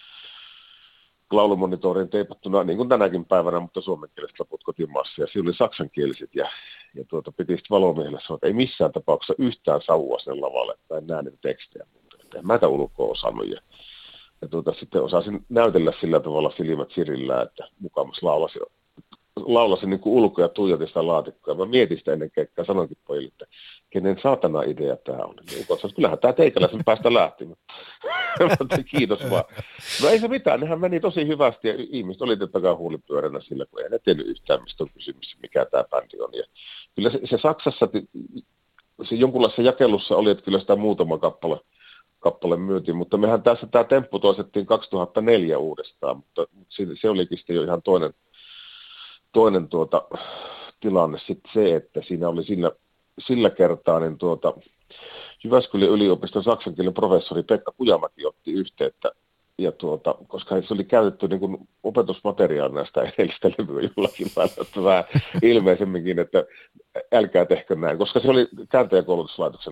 laulumonitooriin teipattuna, niin kuin tänäkin päivänä, mutta suomenkieliset laput kotimaassa. Ja siinä oli saksankieliset. Ja, ja tuota, piti sitten valomiehelle sanoa, että ei missään tapauksessa yhtään sauvua sen lavalle, että en näe niitä tekstejä. En mä tämän ulkoa osannut. Ja, ja tuota, sitten osasin näytellä sillä tavalla silmät sirillä, että mukamas laulasin, laulasin niin kuin ulkoa ja tuijotin sitä laatikkoa. Mä mietin sitä ennen keikkaa, sanoinkin pojille, että kenen saatana idea tämä on. Niin ukot, kyllähän tämä teikäläisen päästä lähti. Kiitos vaan. No ei se mitään, nehän meni tosi hyvästi ja ihmiset oli totta huulipyöränä sillä, kun ei ne tiennyt yhtään, mistä on kysymys, mikä tämä bändi on. Ja kyllä se, se Saksassa, se jonkunlaisessa jakelussa oli, että kyllä sitä muutama kappale kappale myytiin, mutta mehän tässä tämä temppu toisettiin kaksituhattaneljä uudestaan, mutta se olikin sitten jo ihan toinen, toinen tuota, tilanne sitten se, että siinä oli sillä, sillä kertaa, niin tuota, Jyväskylän yliopiston saksankielen professori Pekka Kujamäki otti yhteyttä, ja tuota, koska se oli käytetty niin kuin opetusmateriaali näistä edellistä levyä jollakin lailla, että vähän ilmeisemminkin, että älkää tehkö näin, koska se oli kääntäjäkoulutuslaitoksen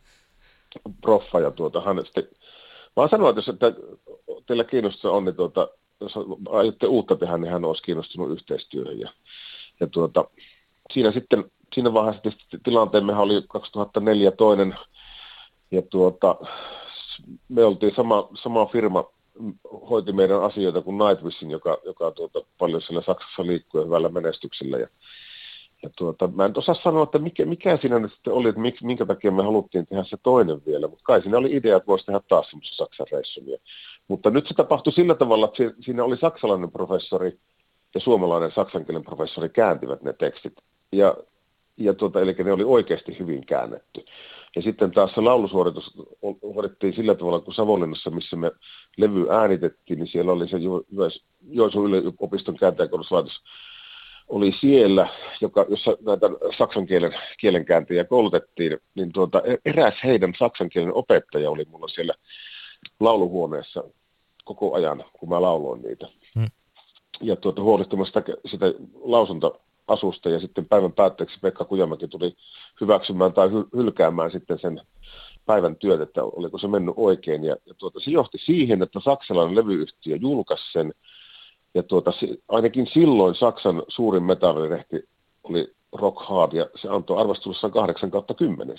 proffa ja tuota, hän sitten, vaan sanoin, että jos että teillä kiinnostusta on, niin tuota, jos aiotte uutta tehdä, niin hän olisi kiinnostunut yhteistyöhön. Ja, ja tuota, siinä sitten, siinä vaiheessa tilanteemmehan oli kaksituhattaneljä toinen, ja tuota, me oltiin sama, sama firma, hoiti meidän asioita kuin Nightwishin, joka, joka tuota, paljon siellä Saksassa liikkuu hyvällä menestyksellä. Ja, ja tuota, mä en osaa sanoa, että mikä, mikä siinä nyt sitten oli, että mik, minkä takia me haluttiin tehdä se toinen vielä, mutta kai siinä oli idea, että voisi tehdä taas semmoisen Saksan reissun. Mutta nyt se tapahtui sillä tavalla, että siinä oli saksalainen professori ja suomalainen saksankielen professori kääntivät ne tekstit. Ja, ja tuota, eli ne oli oikeasti hyvin käännetty. Ja sitten taas se laulusuoritus hoidettiin sillä tavalla, kun Savonlinnassa, missä me levy äänitettiin, niin siellä oli se Joensuun yliopiston kääntäjäkoulutuslaitos, oli siellä, joka, jossa näitä saksankielen kielenkääntäjiä koulutettiin, niin tuota, eräs heidän saksankielen opettaja oli mulla siellä lauluhuoneessa koko ajan, kun mä lauloin niitä. Hmm. Ja tuota, huolehtimassa sitä, sitä lausunta-asusta, ja sitten päivän päätteeksi Pekka Kujamäki tuli hyväksymään tai hyl- hylkäämään sitten sen päivän työt, että oliko se mennyt oikein. Ja, ja tuota, se johti siihen, että saksalainen levyyhtiö julkaisi sen. Ja tuota, ainakin silloin Saksan suurin metallilehti oli Rock Hard, ja se antoi arvostelussaan kahdeksan kautta kymmenen.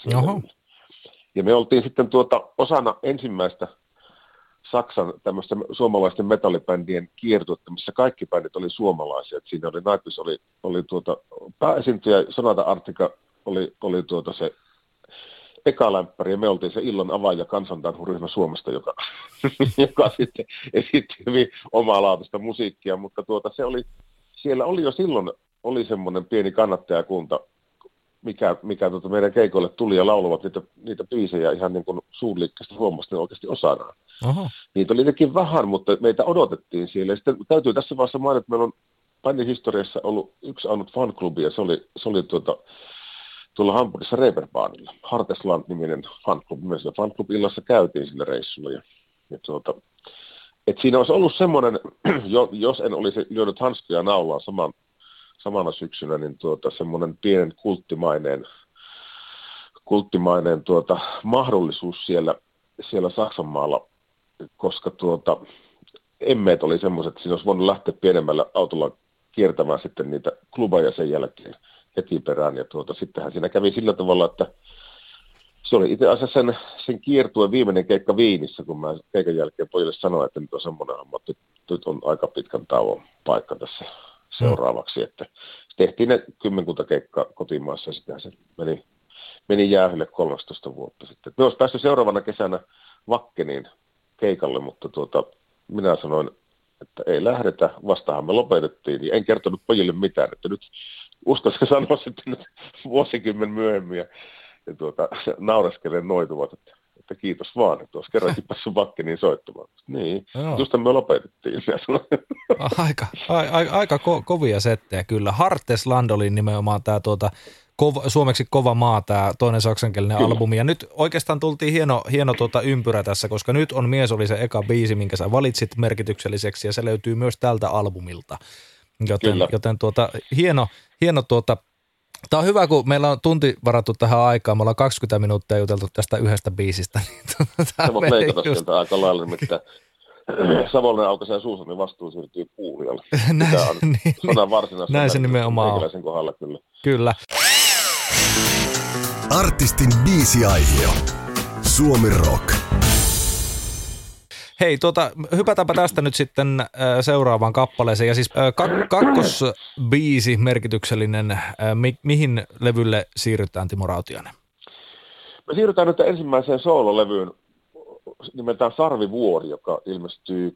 Ja me oltiin sitten tuota, osana ensimmäistä Saksan tämmöistä suomalaisten metallibändien kiertuetta, missä kaikki bändit oli suomalaisia. Et siinä oli Nightwish, oli, oli tuota, pääesiintyjä, Sonata Arctica oli, oli tuota se eka lämpäri, ja me oltiin se illan avaaja kansantanhuryhmä Suomesta, joka, joka sitten esitti hyvin omalaatuista musiikkia, mutta tuota, se oli, siellä oli jo silloin oli semmoinen pieni kannattajakunta, mikä, mikä tuota meidän keikoille tuli ja laulavat niitä, niitä biisejä ihan niin kuin suunliikkeestä huomasta ne oikeasti osataan. Oho. Niitä oli jotenkin vähän, mutta meitä odotettiin siellä. Ja sitten täytyy tässä vaiheessa mainita, että meillä on bändin historiassa ollut yksi ainut fanklubi, ja se oli, se oli tuota, tuolla Hampurissa Reeperbaanilla. Hartesland-niminen fanklubi. Myös sillä fanklubi-illassa käytiin sillä reissulla. Ja, ja tuota, et siinä olisi ollut semmoinen, jos en olisi lyönyt hanskoja naulaan saman, samana syksynä, niin tuota, semmoinen pienen kulttimainen, kulttimainen tuota, mahdollisuus siellä, siellä Saksanmaalla, koska tuota, emmeet oli semmoiset, että siinä olisi voinut lähteä pienemmällä autolla kiertämään sitten niitä klubeja sen jälkeen heti perään. Ja tuota, sittenhän siinä kävi sillä tavalla, että se oli itse asiassa sen, sen kiertueen viimeinen keikka Viinissä, kun mä keikan jälkeen pojille sanoin, että nyt on semmoinen ammatti, nyt on aika pitkän tauon paikka tässä seuraavaksi. Että tehtiin ne kymmenkunta keikkaa kotimaassa, ja sitten se meni, meni jäähylle kolmetoista vuotta sitten. Me olisi päässyt seuraavana kesänä Vakkeniin keikalle, mutta tuota, minä sanoin, että ei lähdetä, vastahan me lopetettiin, ja en kertonut pojille mitään, että nyt, uskalsin sanoa sitten nyt vuosikymmen myöhemmin ja, ja tuota, naureskelen noituvat, että, että kiitos vaan, että olisi kerrankin päässyt Wackeniin soittamaan. Niin, just me lopetettiin. Aika, a, a, aika ko, kovia settejä kyllä. Hartesland oli nimenomaan tämä tuota, kova, suomeksi kova maa, tämä toinen saksankielinen kyllä. albumi. Ja nyt oikeastaan tultiin hieno, hieno tuota ympyrä tässä, koska nyt on Mies oli se eka biisi, minkä sä valitsit merkitykselliseksi ja se löytyy myös tältä albumilta. Joten, joten tuota, hieno, hieno tuota, tämä on hyvä, kun meillä on tunti varattu tähän aikaan. Me ollaan kaksikymmentä minuuttia juteltu tästä yhdestä biisistä. Niin sä voit leikata just sieltä aika lailla, nimittäin Savonlinnan aukaisen suussa, niin vastuu siirtyy Puuhialle. Näin, niin, sodan varsinaisen näin se nimenomaan on. Kohdalla, kyllä. Kyllä. Artistin biisiaihio. Suomi Rock. Hei, tuota, hypätäänpä tästä nyt sitten äh, seuraavaan kappaleeseen. Ja siis äh, kak- kakkosbiisi merkityksellinen, äh, mi- mihin levylle siirrytään, Timo Rautiainen? Me siirrytään nyt ensimmäiseen soololevyyn nimeltään Sarvivuori, joka ilmestyy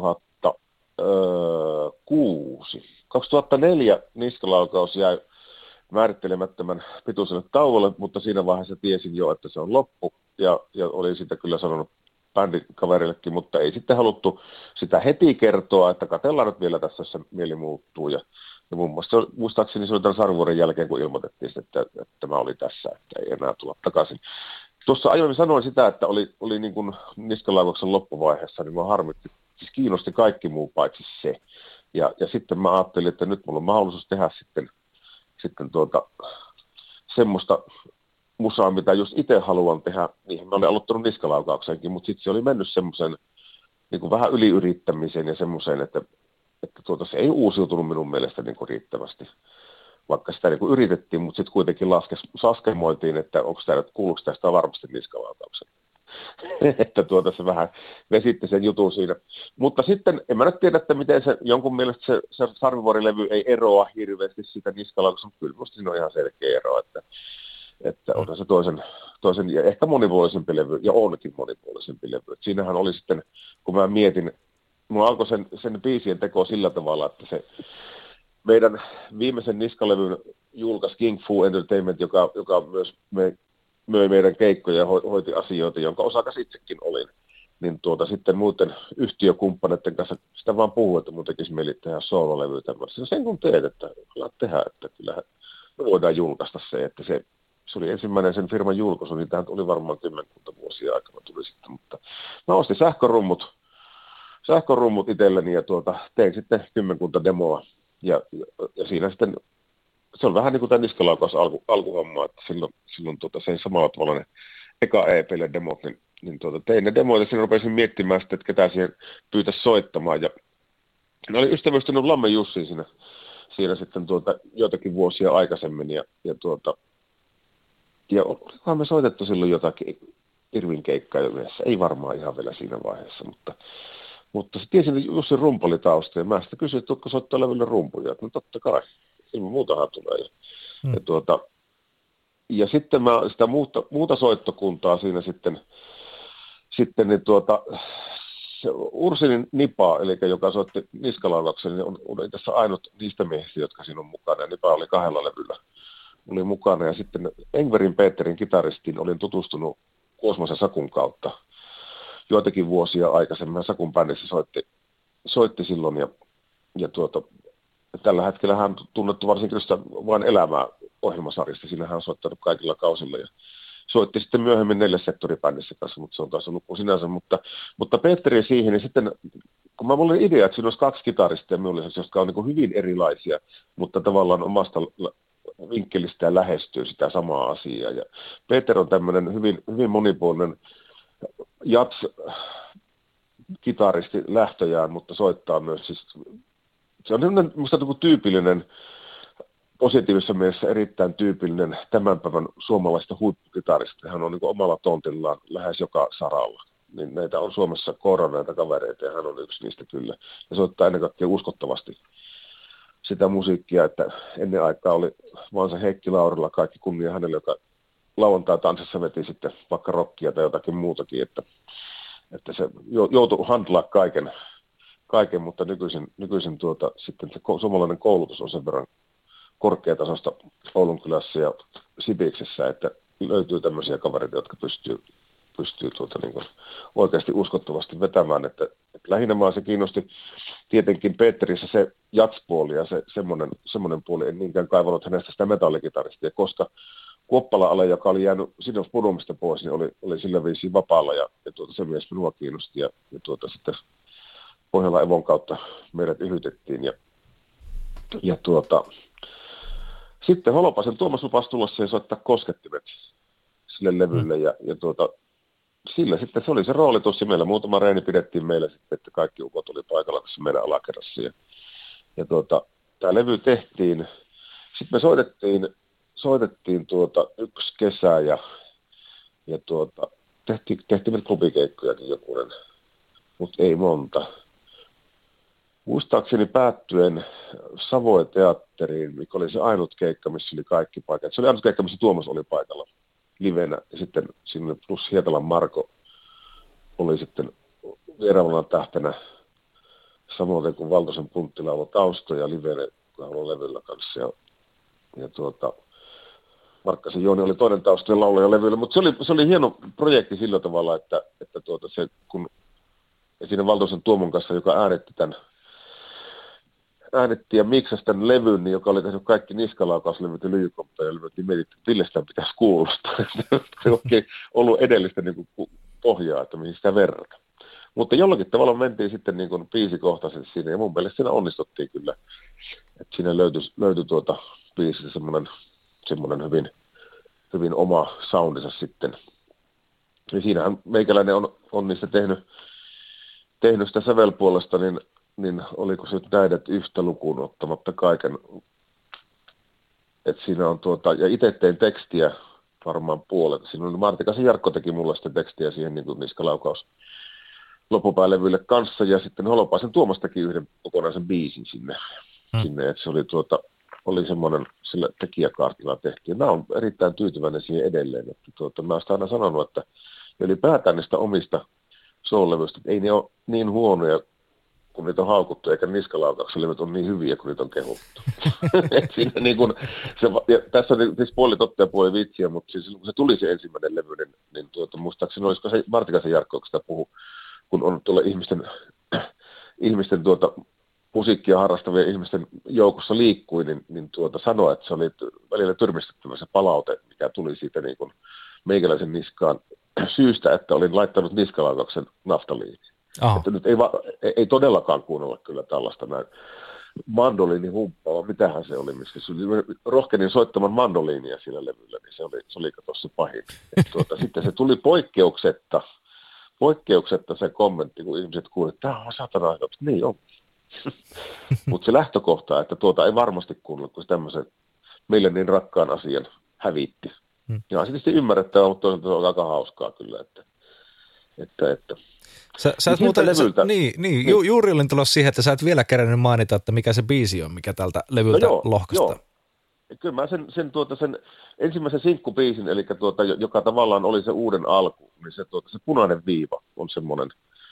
kaksituhattakuusi. kaksituhattaneljä niskalaukaus jäi määrittelemättömän pituiselle tauolle, mutta siinä vaiheessa tiesin jo, että se on loppu ja, ja olin sitä kyllä sanonut bändikaverillekin, mutta ei sitten haluttu sitä heti kertoa, että katsellaan nyt vielä tässä, se mieli muuttuu. Ja, ja muun muassa muistaakseni se oli tämän Sarvivuoren jälkeen, kun ilmoitettiin, että, että tämä oli tässä, että ei enää tulla takaisin. Tuossa aiemmin sanoin sitä, että oli, oli niin kuin niskalaukauksen loppuvaiheessa, niin mä harmitti, siis kiinnosti kaikki muu paitsi se. Ja, ja sitten mä ajattelin, että nyt mulla on mahdollisuus tehdä sitten, sitten tuota, semmoista musaa, mitä just itse haluan tehdä. Niin mä olin aloittanut niskalaukauksenkin, mutta sitten se oli mennyt semmoisen niin kuin vähän yliyrittämiseen ja semmoiseen, että, että tuota, se ei uusiutunut minun mielestä niin kuin riittävästi. Vaikka sitä niin kuin yritettiin, mutta sitten kuitenkin laskes, laskemoitiin, että onko tämä, kuuluuko tästä varmasti niskalaukauksen. että tuota se vähän vesitti sen jutun siinä. Mutta sitten, en mä nyt tiedä, että miten se, jonkun mielestä se, se Sarvivuori-levy ei eroa hirveästi siitä niskalaukauksen, mutta kyllä musta siinä on ihan selkeä ero, että, että onhan se toisen, toisen ja ehkä monipuolisempi levy, ja onkin monipuolisempi levy. Et siinähän oli sitten, kun mä mietin, mulla alkoi sen, sen biisien teko sillä tavalla, että se meidän viimeisen niskalevyn julkaisi King Fu Entertainment, joka, joka myös me, möi meidän keikkoja ja hoiti asioita, jonka osakas itsekin olin. Niin tuota, sitten muuten yhtiökumppaneiden kanssa sitä vaan puhuu, että mun tekisi mieli tehdä soololevy tämmöistä. Sen kun teet, että kyllä tehdä, että kyllähän me voidaan julkaista se, että se, se oli ensimmäinen sen firman julkaisu, niin tähän oli varmaan kymmenkunta vuosia aikana tuli sitten, mutta mä ostin sähkörummut, sähkörummut itselleni ja tuota, tein sitten kymmenkunta demoa. Ja, ja, ja siinä sitten, se on vähän niin kuin tämä niskalaukaus alku, alkuhomma, että silloin, silloin tuota, se ei samalla tavalla ne eka E P:lle demot, niin, niin tuota, tein ne demoja ja siinä rupesin miettimään sitten, että ketä siihen pyytäisi soittamaan. Ja ne oli ystävystynyt Lamme Jussiin siinä, siinä sitten tuota, joitakin vuosia aikaisemmin ja, ja, tuota, ja olikohan me soitettu silloin jotakin Irvin keikkaa yhdessä, ei varmaan ihan vielä siinä vaiheessa, mutta Mutta se tiesin Jussin rumpalitausta ja mä sitten kysyin, että tuotko soittaa levylle rumpuja. No totta kai, ilman muutahan tulee. Ja, hmm. ja, tuota, ja sitten mä sitä muuta, muuta soittokuntaa siinä sitten, sitten niin tuota, se Ursinin Nipa, eli joka soitti niskalaukauksen, niin on, on tässä ainut niistä miehistä, jotka siinä on mukana. Ja Nipa oli kahdella levyllä oli mukana. Ja sitten Engverin Peterin kitaristiin olin tutustunut Kuosmasen Sakun kautta joitakin vuosia aikaisemmin. Sakun bändissä soitti, soitti silloin ja, ja tuota, tällä hetkellä hän on tunnettu varsinkin sitä Vain elämää -ohjelmasarjasta. Siinä hän on soittanut kaikilla kausilla ja soitti sitten myöhemmin neljäs sektoribändissä kanssa, mutta se on taas ollut sinänsä. Mutta, mutta Petteri siihen, niin sitten kun mä mulla oli idea, että siinä olisi kaksi kitaristia minulle, jotka on niin kuin hyvin erilaisia, mutta tavallaan omasta vinkkelistä ja lähestyy sitä samaa asiaa. Ja Peter on tämmöinen hyvin, hyvin monipuolinen jats-kitaristi lähtöjään, mutta soittaa myös, siis, se on minusta tyypillinen, positiivisessa mielessä erittäin tyypillinen tämän päivän suomalaista huippukitarista. Hän on niin omalla tontillaan lähes joka saralla. Niin näitä on Suomessa koroneita kavereita ja hän on yksi niistä kyllä. Ja soittaa ennen kaikkea uskottavasti sitä musiikkia, että ennen aikaa oli vaan se Heikki Laurila, kaikki kunnia hänelle, joka lauantai-tanssissa veti sitten vaikka rockia tai jotakin muutakin, että, että se joutui handlaa kaiken, kaiken mutta nykyisin, nykyisin tuota, sitten se suomalainen koulutus on sen verran korkeatasosta Oulunkylässä ja Sibiksessä, että löytyy tämmöisiä kavereita, jotka pystyy, pystyy tuota niin kuin oikeasti uskottavasti vetämään. Että, että lähinnä mä se kiinnosti tietenkin Peterissä se jatspuoli ja se semmoinen, semmoinen puoli, en niinkään kaivannut hänestä sitä metallikitaristia, koska Kuoppala-ale, joka oli jäänyt Sinus Pudumista pois, niin oli, oli sillä viisiin vapaalla ja, ja tuota, se mies minua kiinnosti ja, ja tuota, sitten Pohjola Evon kautta meidät yhytettiin ja, ja tuota, sitten Holopaisen Tuomas lupasi tulla siihen soittaa koskettimet sille levylle ja, ja tuota, sillä sitten se oli se roolitus ja meillä muutama reeni pidettiin meillä sitten, että kaikki ukot oli paikalla tässä meidän alakerrassa ja, ja tuota, tämä levy tehtiin, sitten me soitettiin Soitettiin tuota yksi kesä ja, ja tuota, tehtiin, tehtiin meitä klubikeikkojakin jokunen, mutta ei monta. Muistaakseni päättyen Savoy Teatteriin, mikä oli se ainut keikka, missä oli kaikki paikat. Se oli ainut keikka, missä Tuomas oli paikalla livenä. Ja sitten sinne plus Hietalan Marko oli sitten vierailuna tähtenä, samoin kuin Valtosen Punttilaulo taustoja livenä, kun hän oli levyllä kanssa. Ja, ja tuota... Markkasen Jooni oli toinen taustojen laulaja levyllä, mutta se oli, se oli hieno projekti sillä tavalla, että, että tuota se, kun siinä Valtosen Tuomon kanssa, joka äänetti tämän, äänetti ja miksasi tämän levyn, niin joka oli tehnyt kaikki niskalaukauslevyt ja lyijykomppaja-levyt, niin mietit, että mille sitä pitäisi kuulostaa. Se ei oikein ollut edellistä niin kuin pohjaa, että mihin sitä verrata. Mutta jollakin tavalla mentiin sitten niin kuin biisikohtaisesti siinä, ja mun mielestä siinä onnistuttiin kyllä, että siinä löytyi, löytyi tuota biisissä semmoinen semmoinen hyvin, hyvin oma soundinsa sitten. Ja siinähän meikäläinen on, on niistä tehnyt, tehnyt sitä sävelpuolesta, niin, niin oliko se nyt näin, että yhtä lukuun ottamatta kaiken. Että siinä on tuota, ja itse tein tekstiä varmaan puolet. Siinä on Martikasen Jarkko teki mulle sitä tekstiä siihen niin kuin niskalaukaus loppupäälevylle kanssa, ja sitten Holopaisen Tuomas teki yhden kokonaisen biisin sinne. Hmm. sinne että se oli tuota, oli semmoinen sillä tekijäkaartilla tehty. Ja mä oon erittäin tyytyväinen siihen edelleen. Että tuota, mä oon aina sanonut, että ylipäätään niistä omista soul-levyistä, ei ne ole niin huonoja, kun niitä on haukuttu, eikä niskalaukauksen levyt on niin hyviä, kun niitä on kehuttu. Siinä niin kun se, ja tässä on siis puoli totta ja puoli vitsiä, mutta siis kun se tuli se ensimmäinen levy, niin, niin tuota, muistaakseni olisiko se Martikasen Jarkko, kun sitä puhui, kun on tuolla ihmisten, ihmisten tuota, musiikkia harrastavien ihmisten joukossa liikkui, niin, niin tuota sanoa, että se oli välillä tyrmistyttävä se palaute, mikä tuli siitä niin kuin meikäläisen niskaan syystä, että olin laittanut niskalaukauksen naftaliiniin. Että nyt ei, va, ei todellakaan kuunnella kyllä tällaista näin mandoliinihumppaa, vaan mitähän se oli, missä se oli rohkenin soittaman mandoliinia sillä levyllä, niin se oli, se oli tuossa pahin. Tuota, sitten se tuli poikkeuksetta, poikkeuksetta se kommentti, kun ihmiset kuulivat, että tämä on satana, niin on. Mutta se lähtökohta, että tuota ei varmasti kuunnella, kun se tämmöisen meille niin rakkaan asian hävitti. Hmm. Ja on tietysti ymmärrettävää, mutta toisaalta se on aika hauskaa kyllä, että... että, että. Sä, sä et muuten, sä, niin, niin, ju, juuri olin tulossa siihen, että sä et vielä kerännyt mainita, että mikä se biisi on, mikä tältä levyltä no lohkasta. Kyllä mä sen, sen, tuota, sen ensimmäisen sinkkubiisin, eli tuota, joka tavallaan oli se uuden alku, niin se, tuota, se Punainen viiva on semmoinen,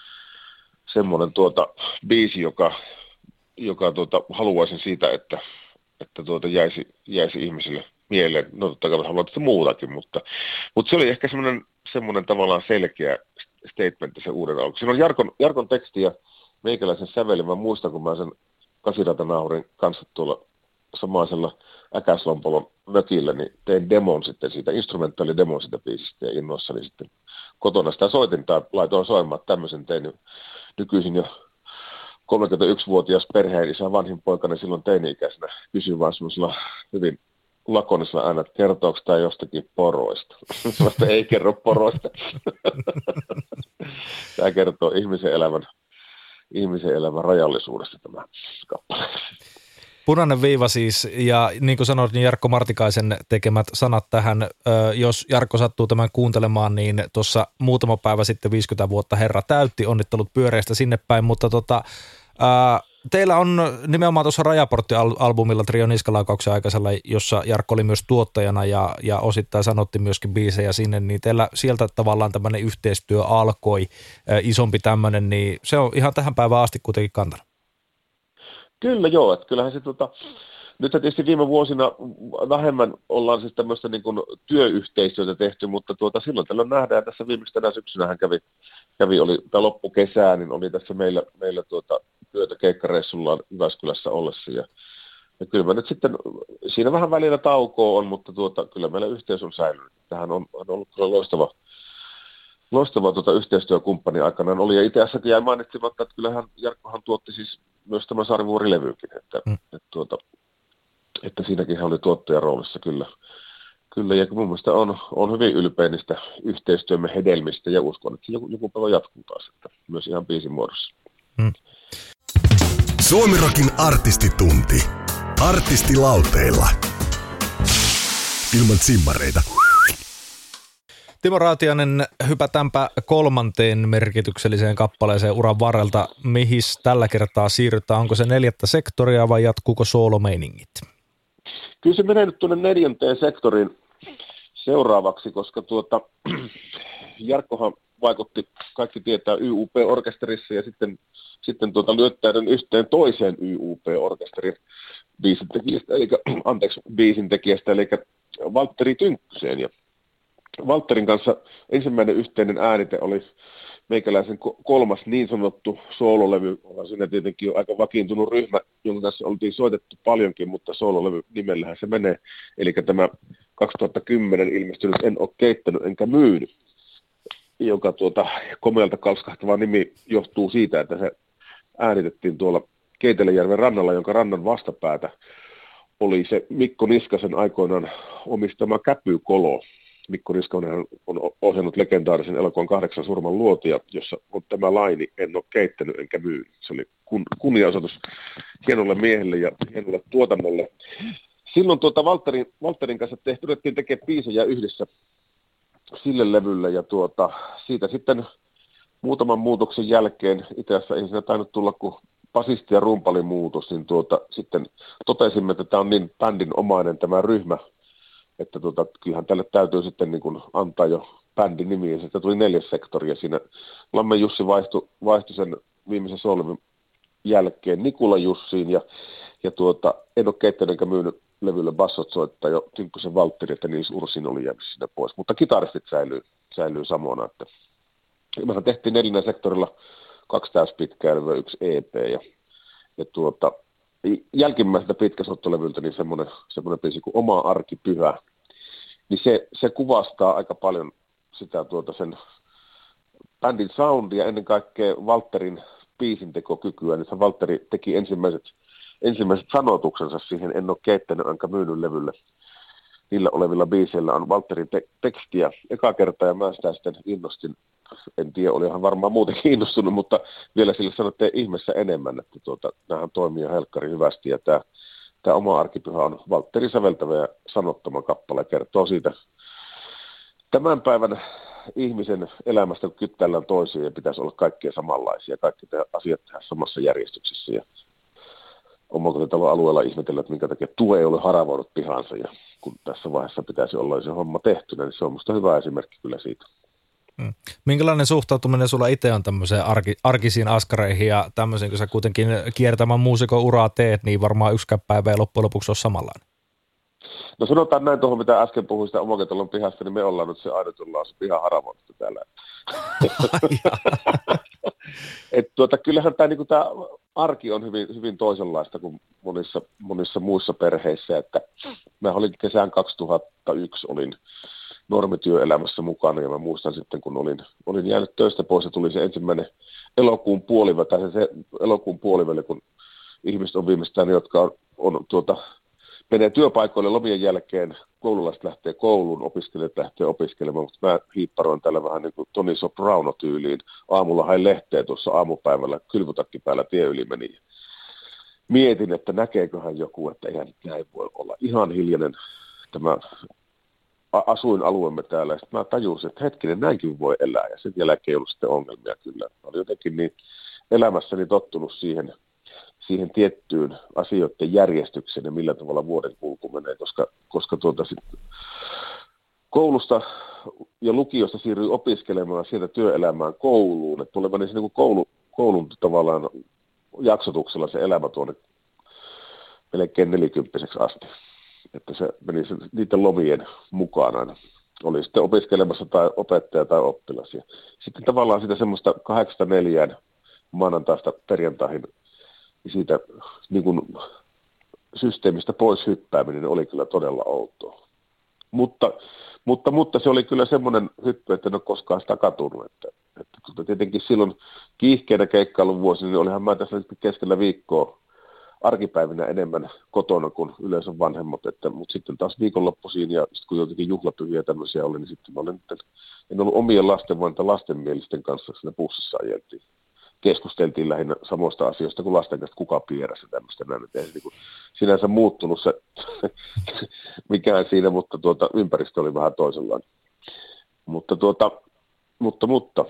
semmoinen tuota, biisi, joka, joka tuota, haluaisin siitä, että, että tuota, jäisi, jäisi ihmisille mieleen. No totta kai haluan tästä muutakin, mutta, mutta se oli ehkä semmoinen, semmoinen tavallaan selkeä statement se uuden alku. Siinä on Jarkon, Jarkon teksti ja meikäläisen säveli. Mä muistan, kun mä sen kasiratanaurin kanssa tuolla samaisella Äkäslompolon mökillä, niin tein demon sitten siitä, instrumentaalidemon siitä biisistä ja innoissani sitten kotona sitä soitin tai laitoin soimaan tämmöisen tein. Niin nykyisin jo kolmekymmentäyksivuotias perheen isä vanhin poikani silloin teini-ikäisenä kysyin vaan semmoisella hyvin lakonisella aina, että kertooko tämä jostakin poroista. Sellaista ei kerro poroista. Tämä kertoo ihmisen elämän, ihmisen elämän rajallisuudesta tämä kappale. Punainen viiva siis, ja niin kuin sanoit, niin Jarkko Martikaisen tekemät sanat tähän. Jos Jarkko sattuu tämän kuuntelemaan, niin tuossa muutama päivä sitten viisikymmentä vuotta herra täytti, onnittelut pyöreistä sinne päin, mutta tota, ää, teillä on nimenomaan tuossa Rajaportti-albumilla Trio Niskalaukauksen aikaisella, jossa Jarkko oli myös tuottajana ja, ja osittain sanotti myöskin biisejä sinne, niin teillä sieltä tavallaan tämmöinen yhteistyö alkoi, ää, isompi tämmöinen, niin se on ihan tähän päivään asti kuitenkin kantanut. Kyllä joo, että kyllähän se tota, nyt tietysti viime vuosina vähemmän ollaan siis tämmöistä niin kuin työyhteistyötä tehty, mutta tuota, silloin tällöin nähdään, tässä viimeksi tänä syksynä hän kävi, kävi oli, tai loppukesää, niin oli tässä meillä, meillä tuota, työtä keikkareissullaan Jyväskylässä ollessa. Ja, ja kyllä mä nyt sitten, siinä vähän välillä taukoa on, mutta tuota, kyllä meillä yhteys on säilynyt. Tähän on, on ollut kyllä loistava, loistava tuota, yhteistyökumppani aikanaan oli. Ja itse asiassa jäi mainitsimatta, että kyllähän Jarkkohan tuotti siis myös tämän Saarivuori-levyykin, että, mm. että, tuota, että siinäkin hän oli tuottajan roolissa kyllä. Kyllä, ja mun mielestä on, on hyvin ylpeä niistä yhteistyömme hedelmistä, ja uskon, että joku, joku päivä jatkuu taas, että myös ihan biisin muodossa. Mm. Suomirokin artistitunti. Artistilauteilla. Ilman simmareita. Timo Rautiainen, hypätäänpä kolmanteen merkitykselliseen kappaleeseen uran varrelta. Mihin tällä kertaa siirrytään? Onko se neljättä sektoria vai jatkuuko soolomeiningit? Kyllä se menee nyt tuonne neljänteen sektoriin seuraavaksi, koska tuota, Jarkkohan vaikutti, kaikki tietää, Y U P-orkesterissa ja sitten, sitten tuota, lyöttäydyn yhteen toiseen Y U P-orkesterin biisintekijästä, eli, anteeksi, biisintekijästä, eli Valtteri Tynkkyseen. Ja Valtterin kanssa ensimmäinen yhteinen äänite oli meikäläisen kolmas niin sanottu soololevy, ollaan siinä tietenkin jo aika vakiintunut ryhmä, jonka kanssa oltiin soitettu paljonkin, mutta soololevy nimellähän se menee. Eli tämä kaksituhattakymmenen ilmestynyt En oo keittänyt enkä myynyt, joka tuota komealta kalskahtava nimi johtuu siitä, että se äänitettiin tuolla Keitelejärven rannalla, jonka rannan vastapäätä oli se Mikko Niskasen aikoinaan omistama Käpykolo. Mikko Niskanen on ohjannut legendaarisen elokuvan Kahdeksan surman luotia, jossa on tämä laini, en ole keittänyt enkä myy. Se oli kun, kunniaosoitus hienolle miehelle ja hienolle tuotannolle. Silloin tuota Valtterin, Valtterin kanssa tehtiin tekemään biisejä yhdessä sille levylle ja tuota, siitä sitten muutaman muutoksen jälkeen, itse asiassa ei siinä tainnut tulla kuin basisti- ja rumpalin muutos, niin tuota, sitten totesimme, että tämä on niin bändin omainen tämä ryhmä, että tuota, kyllähän tälle täytyy sitten niin kuin antaa jo bändin nimi, ja sitten tuli neljäs sektori, ja siinä Lamme Jussi vaihtui, vaihtui sen viimeisen solvin jälkeen Nikula Jussiin, ja, ja tuota, en ole keittänyt enkä myynyt levylle bassot soittaa jo Tynkkysen Valtteri, että Nils Ursin oli jäänyt siinä pois, mutta kitaristit säilyy, säilyy samana, että mehän tehtiin neljännen sektorilla kaksi täyspitkää levyä, yksi E P, ja, ja tuota, jälkimmäiseltä pitkäsoittolevyltä niin semmoinen, semmoinen biisi kuin Oma arki pyhä, niin se, se kuvastaa aika paljon sitä tuota sen bändin soundia, ennen kaikkea Valtterin biisintekokykyä, niin se Valtteri teki ensimmäiset, ensimmäiset sanotuksensa siihen En ole keittänyt enkä myynyt levylle. Niillä olevilla biiseillä on Valtterin te- tekstiä eka kertaa, ja mä sitä sitten innostin. En tiedä, olihan varmaan muutenkin innostunut, mutta vielä sille sanottiin ihmeessä enemmän, että tuota, nämähän toimii helkkari hyvästi, ja tämä, tämä Oma arkipyhä on Valtterin säveltävä ja sanottama kappale, kertoo siitä tämän päivän ihmisen elämästä, kun kyttäillään toisiin ja pitäisi olla kaikkia samanlaisia, kaikki te- asiat tehdä samassa järjestyksessä, ja omakotitalon alueella ihmetellä, että minkä takia tuo ei ole haravoinut pihansa, ja kun tässä vaiheessa pitäisi olla se homma tehtynä, niin se on musta hyvä esimerkki kyllä siitä. Hmm. Minkälainen suhtautuminen sulla itse on tämmöiseen arki, arkisiin askareihin ja tämmöisiin, kun sä kuitenkin kiertämään muusikon uraa teet, niin varmaan yksikään päivä ei loppujen lopuksi ole samanlainen? No sanotaan näin tuohon, mitä äsken puhuin sitä omakotitalon pihasta, niin me ollaan nyt se ainut, jolla on se piha haravoitu täällä. Et tuota, kyllähän tämä, niin tämä arki on hyvin, hyvin toisenlaista kuin monissa, monissa muissa perheissä. Että mä olin kesän kaksituhattayksi, olin normityöelämässä mukana, ja mä muistan sitten, kun olin, olin jäänyt töistä pois, ja tuli se ensimmäinen elokuun puoliväli, tai se, se elokuun puoliväli, kun ihmiset on viimeistään ne, jotka on, on tuota, menee työpaikoille lomien jälkeen, koululaiset lähtee kouluun, opiskelijat lähtee opiskelemaan, mutta mä hiipparoin tällä vähän niin kuin Toni Soprano-tyyliin. Aamulla hain lehteä tuossa aamupäivällä, kylvytakki päällä tie yli meni. Mietin, että näkeeköhän joku, että eihän näin voi olla. Ihan hiljainen tämä asuinalueemme täällä. Sitten mä tajusin, että hetkinen, näinkin voi elää, ja sen jälkeen ei ollut sitten ongelmia kyllä. Mä olin jotenkin niin elämässäni tottunut siihen, siihen tiettyyn asioiden järjestykseen ja millä tavalla vuoden kulku menee, koska, koska tuota sit koulusta ja lukiosta siirryin opiskelemaan sieltä työelämään kouluun, että tulee niin kuin koulu, koulun tavallaan jaksotuksella se elämä tuonne melkein nelikymppiseksi asti. Että se meni se, niiden lomien mukaan aina. Oli sitten opiskelemassa tai opettaja tai oppilas. Ja sitten tavallaan sitä semmoista kahdeksasta neljään maanantaista perjantaihin niin siitä niin kuin systeemistä pois hyppääminen oli kyllä todella outoa. Mutta, mutta, mutta se oli kyllä semmoinen hyppy, että en ole koskaan sitä katunut. Että, että tietenkin silloin kiihkeänä keikkailun vuosi, niin olihan mä tässä keskellä viikkoa arkipäivinä enemmän kotona kuin yleensä vanhemmat, että, mutta sitten taas viikonloppuisin ja sitten kun jotenkin juhlapyhiä tämmöisiä oli, niin sitten mä olen, en ollut omien lasten, vaan lastenmielisten kanssa siinä bussissa ajeltiin. Keskusteltiin lähinnä samoista asioista kuin lasten kanssa, kuka pierässä tämmöistä näin, että ei se niin sinänsä muuttunut se mikään siinä, mutta tuota, ympäristö oli vähän toisenlainen. Mutta, tuota, mutta, mutta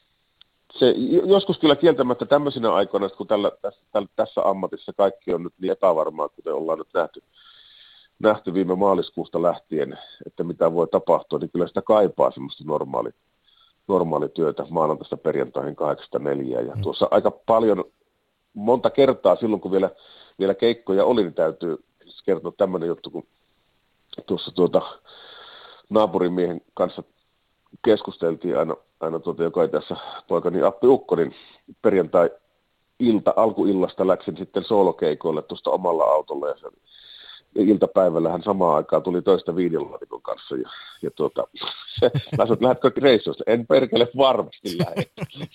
se, joskus kyllä kieltämättä tämmöisinä aikoina, kun tällä, tässä, tällä, tässä ammatissa kaikki on nyt niin epävarmaa, kuten ollaan nyt nähty, nähty viime maaliskuusta lähtien, että mitä voi tapahtua, niin kyllä sitä kaipaa semmoista normaali, normaalityötä maanantaista perjantaihin kahdeksasta neljään. Ja tuossa aika paljon, monta kertaa silloin, kun vielä, vielä keikkoja oli, niin täytyy kertoa tämmöinen juttu, kun tuossa tuota, naapurimiehen kanssa keskusteltiin aina, aina tuota, joka ei tässä poikani Appi Ukko, niin perjantai-ilta, alkuillasta läksin sitten soolokeikoille tuosta omalla autolla ja sen iltapäivällä hän samaan aikaan tuli töistä viinilaatikon kanssa ja, ja tuota, se, mä sanoin, lähdetkö reissuista? En perkele varmasti lähde.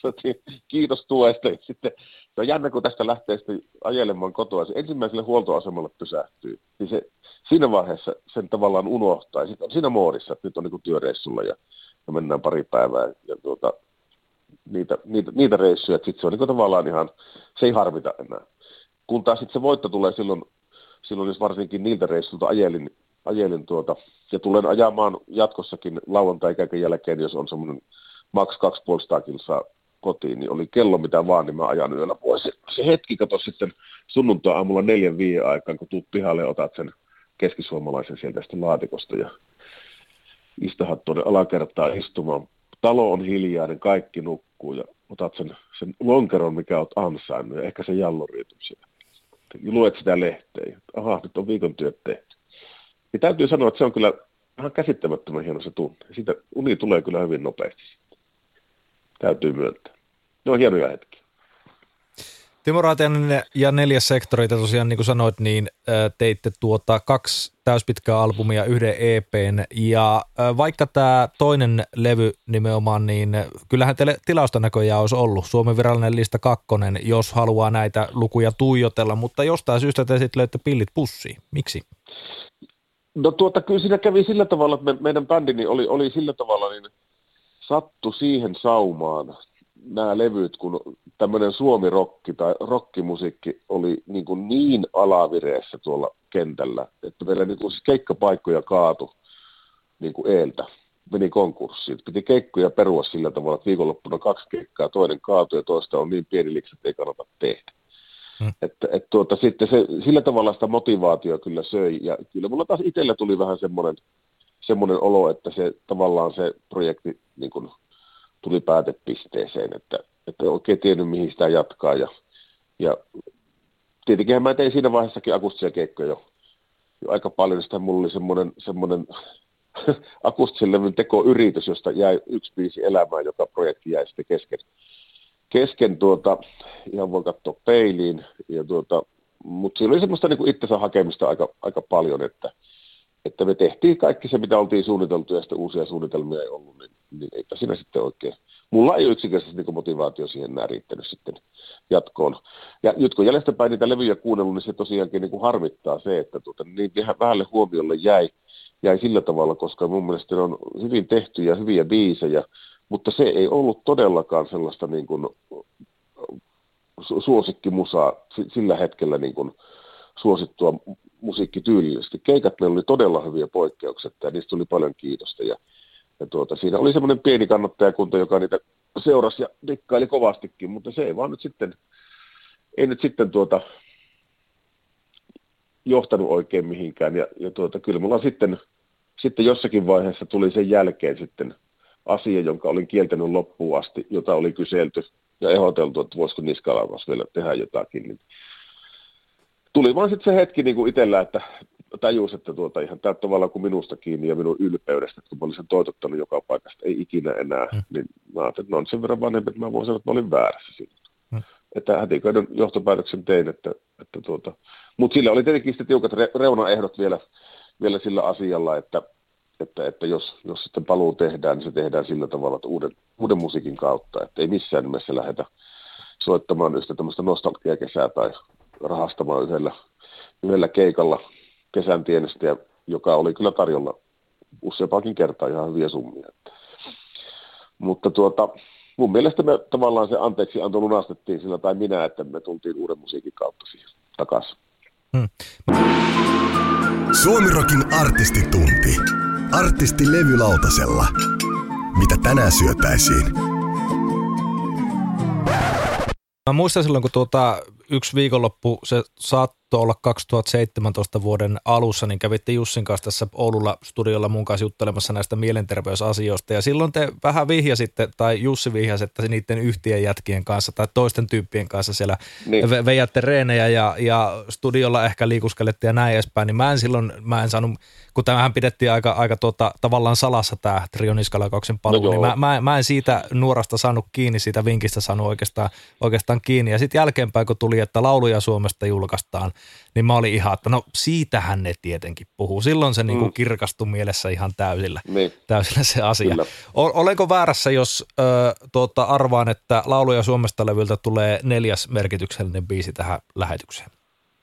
Kiitos tuesta. Ja sitten se on jännä, kun tästä lähtee sitten ajelemaan kotoa. Se ensimmäiselle huoltoasemalle pysähtyy. Niin se, siinä vaiheessa sen tavallaan unohtaa. Sitten on siinä moodissa, että nyt on niin kuin työreissulla ja, ja mennään pari päivää. Ja tuota, niitä, niitä, niitä reissuja, että sitten se on niin kuin tavallaan ihan, se ei harvita enää. Kun taas sitten se voitto tulee silloin, silloin jos varsinkin niiltä reissulta ajelin, ajelin tuota, ja tulen ajamaan jatkossakin lauantai-ikäkän jälkeen, jos on semmoinen maks kaksisataaviisikymmentä kilsaa kotiin, niin oli kello mitä vaan, niin mä ajan yöllä pois. Se, se hetki kato sitten sunnuntai-aamulla neljän viiden aikaan, kun tuut pihalle ja otat sen keskisuomalaisen sieltä sitten laatikosta ja istahat tuonne alakertaan istumaan. Talo on hiljainen, kaikki nukkuu ja otat sen, sen lonkeron, mikä oot ansainnut ja ehkä sen jalloriitun siellä. Luet sitä lehteä. Aha, nyt on viikon työt tehty. Ja täytyy sanoa, että se on kyllä vähän käsittämättömän hieno se tunne. Siitä uni tulee kyllä hyvin nopeasti. Täytyy myöntää. Ne on hienoja hetkiä. Timo Rautiainen ja Neljäs sektori, tosiaan niin kuin sanoit, niin teitte tuota kaksi täyspitkää albumia, yhden E P:n, ja vaikka tämä toinen levy nimenomaan, niin kyllähän teille tilausta näköjään olisi ollut, Suomen virallinen lista kakkonen, jos haluaa näitä lukuja tuijotella, mutta jostain syystä te sitten löitte pillit pussiin. Miksi? No tuota, kyllä siinä kävi sillä tavalla, että me, meidän bändini oli, oli sillä tavalla, niin sattu siihen saumaan nämä levyt, kun tämmöinen suomirokki tai rokkimusiikki oli niin, kuin niin alavireessä tuolla kentällä, että meillä niin kuin keikkapaikkoja kaatu niin kuin eeltä, meni konkurssiin. Piti keikkoja perua sillä tavalla, että viikonloppuna kaksi keikkaa, toinen kaatui ja toista on niin pieni liksi, että ei kannata tehdä. Hmm. Että, et tuota, sitten se, sillä tavalla sitä motivaatio kyllä söi ja kyllä mulla taas itsellä tuli vähän semmoinen, semmoinen olo, että se tavallaan se projekti niin kuin tuli päätepisteeseen, että, että en oikein tiennyt, mihin sitä jatkaa. Ja, ja tietenkin mä tein siinä vaiheessakin akustisia keikkoja jo, jo aika paljon. Sitä mulla oli semmoinen, semmoinen akustisen levyn tekoyritys, josta jäi yksi biisi elämään, joka projekti jäi sitten kesken. Kesken tuota, ihan voi katsoa peiliin, ja tuota, mutta siinä oli semmoista niin kuin itsensä hakemista aika, aika paljon, että, että me tehtiin kaikki se, mitä oltiin suunniteltu, ja sitten uusia suunnitelmia ei ollut, niin, niin eipä siinä sitten oikein. Mulla ei yksinkertaisesti niin motivaatio siihen enää riittänyt sitten jatkoon. Ja nyt kun jäljestäpäin niitä levyjä kuunnellut, niin se tosiaankin niin kuin harmittaa se, että tuota, niin vähälle huomiolle jäi, jäi sillä tavalla, koska mun mielestä ne on hyvin tehtyjä, hyviä biisejä, mutta se ei ollut todellakaan sellaista niin kuin suosikkimusaa sillä hetkellä niin kuin suosittua musiikkityylillisesti. Keikat meillä oli todella hyviä poikkeuksia ja niistä tuli paljon kiitosta. Ja, ja tuota, siinä oli semmoinen pieni kannattajakunta, joka niitä seurasi ja dikkaili kovastikin, mutta se ei vaan nyt sitten, ei nyt sitten tuota, johtanut oikein mihinkään. Ja, ja tuota, kyllä mulla sitten, sitten jossakin vaiheessa tuli sen jälkeen sitten asia, jonka olin kieltänyt loppuun asti, jota oli kyselty ja ehdoteltu, että voisiko Niskalavassa vielä tehdä jotakin. Niin tuli vaan sitten se hetki niin kuin itsellä, että tajus, että tuota ihan tämä tavallaan kuin minusta kiinni ja minun ylpeydestä, että kun mä olin sen toitottanut joka paikasta, ei ikinä enää, hmm. niin mä ajattelin, että no on sen verran vanhempi, että mä voin sanoa, että mä olin väärässä siinä. Hmm. Että hätiköiden johtopäätöksen tein, että, että tuota, mutta sillä oli tietenkin sitten tiukat re- reunaehdot vielä, vielä sillä asialla, että, että, että jos, jos sitten paluu tehdään, niin se tehdään sillä tavalla, että uuden, uuden musiikin kautta, että ei missään nimessä lähdetä soittamaan yhtä tämmöistä nostalgiakesää tai rahastamaan yhdellä, yhdellä keikalla kesän tienestä, joka oli kyllä tarjolla useampaakin kertaa ihan hyviä summia. Mutta tuota, mun mielestä me tavallaan se anteeksi anto lunastettiin sillä tai minä, että me tultiin uuden musiikin kautta siihen takaisin. Hmm. Suomirokin artistitunti. Artisti levylautasella. Mitä tänään syötäisiin? Mä muistan silloin, kun tuota, yksi viikonloppu, se saattoi olla kaksituhattaseitsemäntoista vuoden alussa, niin kävitte Jussin kanssa tässä Oululla studiolla mun kanssa juttelemassa näistä mielenterveysasioista. Ja silloin te vähän vihjasitte, tai Jussi vihjasi, että niiden yhtiön jätkien kanssa tai toisten tyyppien kanssa siellä niin. ve- veijätte reenejä ja, ja studiolla ehkä liikuskelette ja näin edespäin. Niin mä en silloin, mä en saanut, kun tämähän pidettiin aika, aika tuota, tavallaan salassa tämä Trio Niskalaukauksen paluu, no niin mä, mä, mä en siitä nuorasta saanut kiinni, siitä vinkistä saanut oikeastaan, oikeastaan kiinni. Ja sitten jälkeenpäin, kun tuli, että lauluja Suomesta julkaistaan, niin mä olin ihan, että no siitähän ne tietenkin puhuu. Silloin se mm. niinku kirkastui mielessä ihan täysillä, niin. täysillä se asia. O- olenko väärässä, jos ö, tuota, arvaan, että lauluja Suomesta -levyltä tulee neljäs merkityksellinen biisi tähän lähetykseen?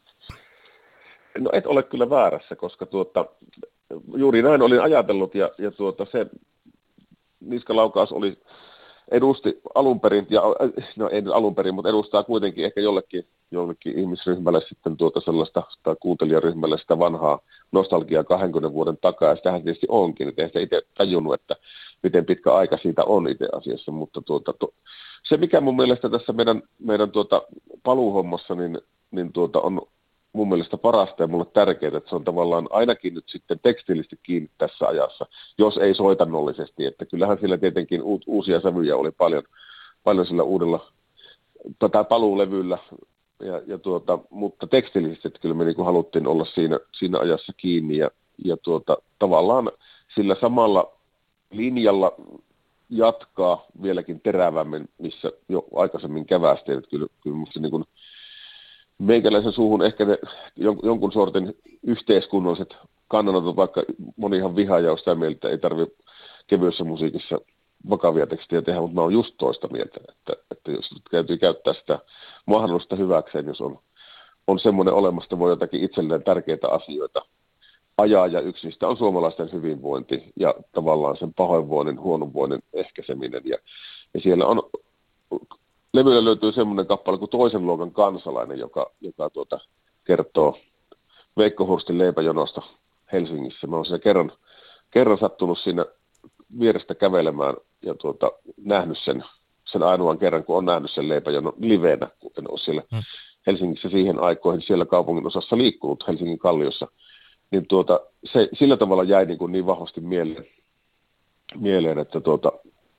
No et ole kyllä väärässä, koska tuota, juuri näin olin ajatellut ja, ja tuota, se Niskalaukaus oli edusti alun perin, ja, no ei nyt alun perin, mutta edustaa kuitenkin ehkä jollekin, jollekin ihmisryhmälle sitten tuota sellaista, tai kuuntelijaryhmälle sitä vanhaa nostalgiaa kahdenkymmenen vuoden takaa, ja sitähän tietysti onkin, että en sitä itse tajunnut, että miten pitkä aika siitä on itse asiassa, mutta tuota, to, se mikä mun mielestä tässä meidän, meidän tuota paluuhommassa, niin, niin tuota on mun mielestä parasta ja mulle tärkeää, että se on tavallaan ainakin nyt sitten tekstiilisesti kiinni tässä ajassa, jos ei soitannollisesti, että kyllähän sillä tietenkin u- uusia sävyjä oli paljon, paljon sillä uudella tätä paluulevyllä, ja, ja tuota, mutta tekstiilisesti, että kyllä me niin haluttiin olla siinä, siinä ajassa kiinni ja, ja tuota, tavallaan sillä samalla linjalla jatkaa vieläkin terävämmin, missä jo aikaisemmin kävästiin, että kyllä, kyllä musta niin kuin meikäläisen suuhun ehkä ne jonkun sortin yhteiskunnalliset kannanotot, vaikka monihan vihaaja on sitä mieltä, ei tarvitse kevyessä musiikissa vakavia tekstejä tehdä, mutta mä oon just toista mieltä, että, että jos täytyy käyttää sitä mahdollista hyväkseen, jos on, on semmoinen olemassa, voi jotakin itselleen tärkeitä asioita ajaa, ja yksi niistä on suomalaisten hyvinvointi ja tavallaan sen pahoinvoinnin, huonovoinnin ehkäiseminen, ja, ja siellä on levyllä löytyy semmoinen kappale kuin Toisen luokan kansalainen, joka, joka tuota, kertoo Veikko Hurstin leipäjonosta Helsingissä. Mä oon siellä kerran, kerran sattunut siinä vierestä kävelemään ja tuota, nähnyt sen, sen ainoan kerran, kun on nähnyt sen leipäjonon liveenä, kun en ole siellä hmm. Helsingissä siihen aikoihin siellä kaupungin osassa liikkunut Helsingin Kalliossa. Niin tuota, se sillä tavalla jäi niin, kuin niin vahvasti mieleen, mieleen että, tuota,